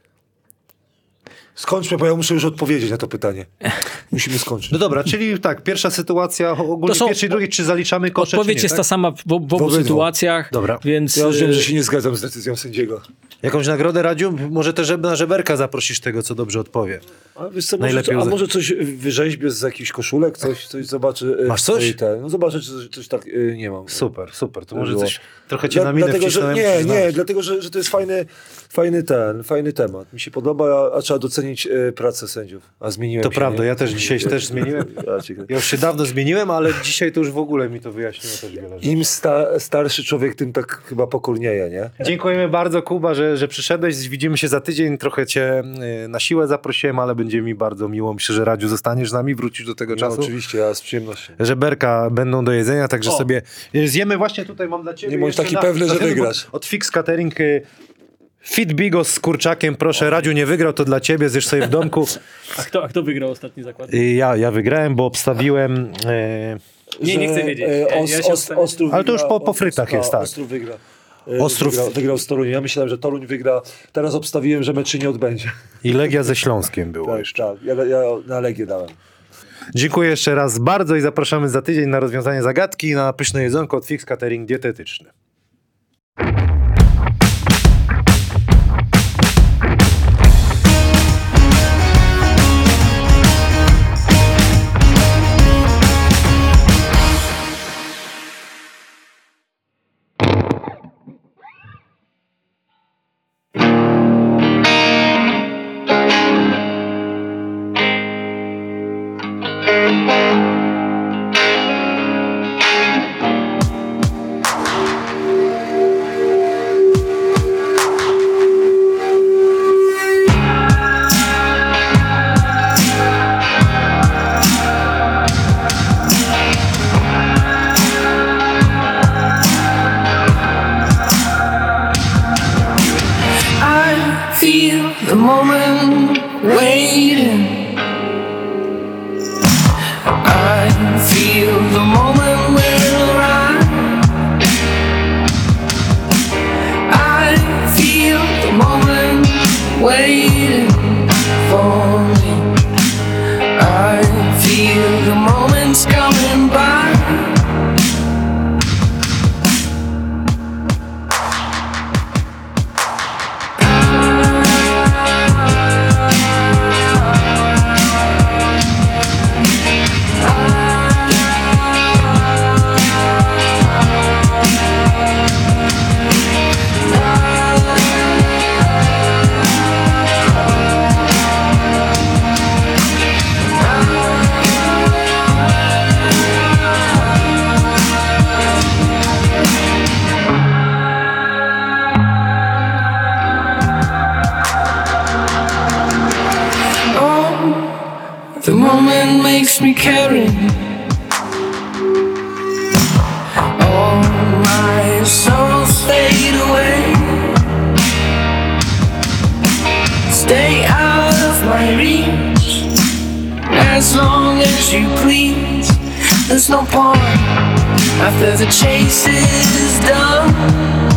Skończmy, bo ja muszę już odpowiedzieć na to pytanie. Musimy skończyć. No dobra, czyli tak, pierwsza sytuacja, ogólnie To są- pierwszy i drugi, czy zaliczamy kosze, Odpowiedź czy nie, jest tak? ta sama w, w obu obydwu. sytuacjach, Dobra. więc Ja już wiem, y, że się nie zgadzam z decyzją sędziego. Jakąś nagrodę, Radziu? Może też na żeberka zaprosisz tego, co dobrze odpowie. A, wiesz co, może, Najlepiej a uza- może coś wyrzeźbię z jakichś koszulek, coś, coś zobaczy. e, Masz w coś? swojej Te, no zobaczę, czy coś, coś tak e, nie mam. Super, super. To może Było. coś trochę cię Dla- na minę dlatego, że, wcisnąłem. Nie, musisz nie, znaleźć. dlatego, że, że to jest fajny, fajny ten, fajny temat. Mi się podoba, a, a trzeba docenić e, pracę sędziów. A zmieniłem To się, prawda, nie? ja też dzisiaj też zmieniłem. Ja cię- Ja już się dawno zmieniłem, ale dzisiaj to już w ogóle mi to wyjaśniło też wiele rzeczy. Im sta, starszy człowiek, tym tak chyba pokornieje, nie? Dziękujemy bardzo, Kuba, że, że przyszedłeś. Widzimy się za tydzień. Trochę cię y, na siłę zaprosiłem, ale będzie mi bardzo miło. Myślę, że Radziu zostaniesz z nami, wrócisz do tego No, czasu. oczywiście, ja z przyjemnością. Żeberka będą do jedzenia, także O. sobie y, zjemy. Właśnie tutaj mam dla ciebie. Nie bądź jeszcze taki na- pewny, że na- wygrasz. Od Fix Catering y, Fit Bigos z kurczakiem, proszę. Radziu nie wygrał, to dla ciebie, zjesz sobie w domku. a, kto, a kto wygrał ostatni zakład? Y, ja, ja wygrałem, bo obstawiłem... Y, Nie, nie Że, chcę wiedzieć. e, Ja- Os, ja się os, obstawiam. Ostrów Ale to już wygra- po- po frytach Ostrów- jest, tak. Ostrów wygra. E, Ostrów- Wygrał, wygrał z Toruniem. Ja myślałem, że Toruń wygra. Teraz obstawiłem, że mecz się nie odbędzie. I Legia ze Śląskiem było. Tak, tak. Ja, ja na Legię dałem. Dziękuję jeszcze raz bardzo i zapraszamy za tydzień na rozwiązanie zagadki i na pyszne jedzonko od Fix Catering dietetyczny. me caring. All my sorrows fade away. Stay out of my reach as long as you please. There's no point after the chase is done.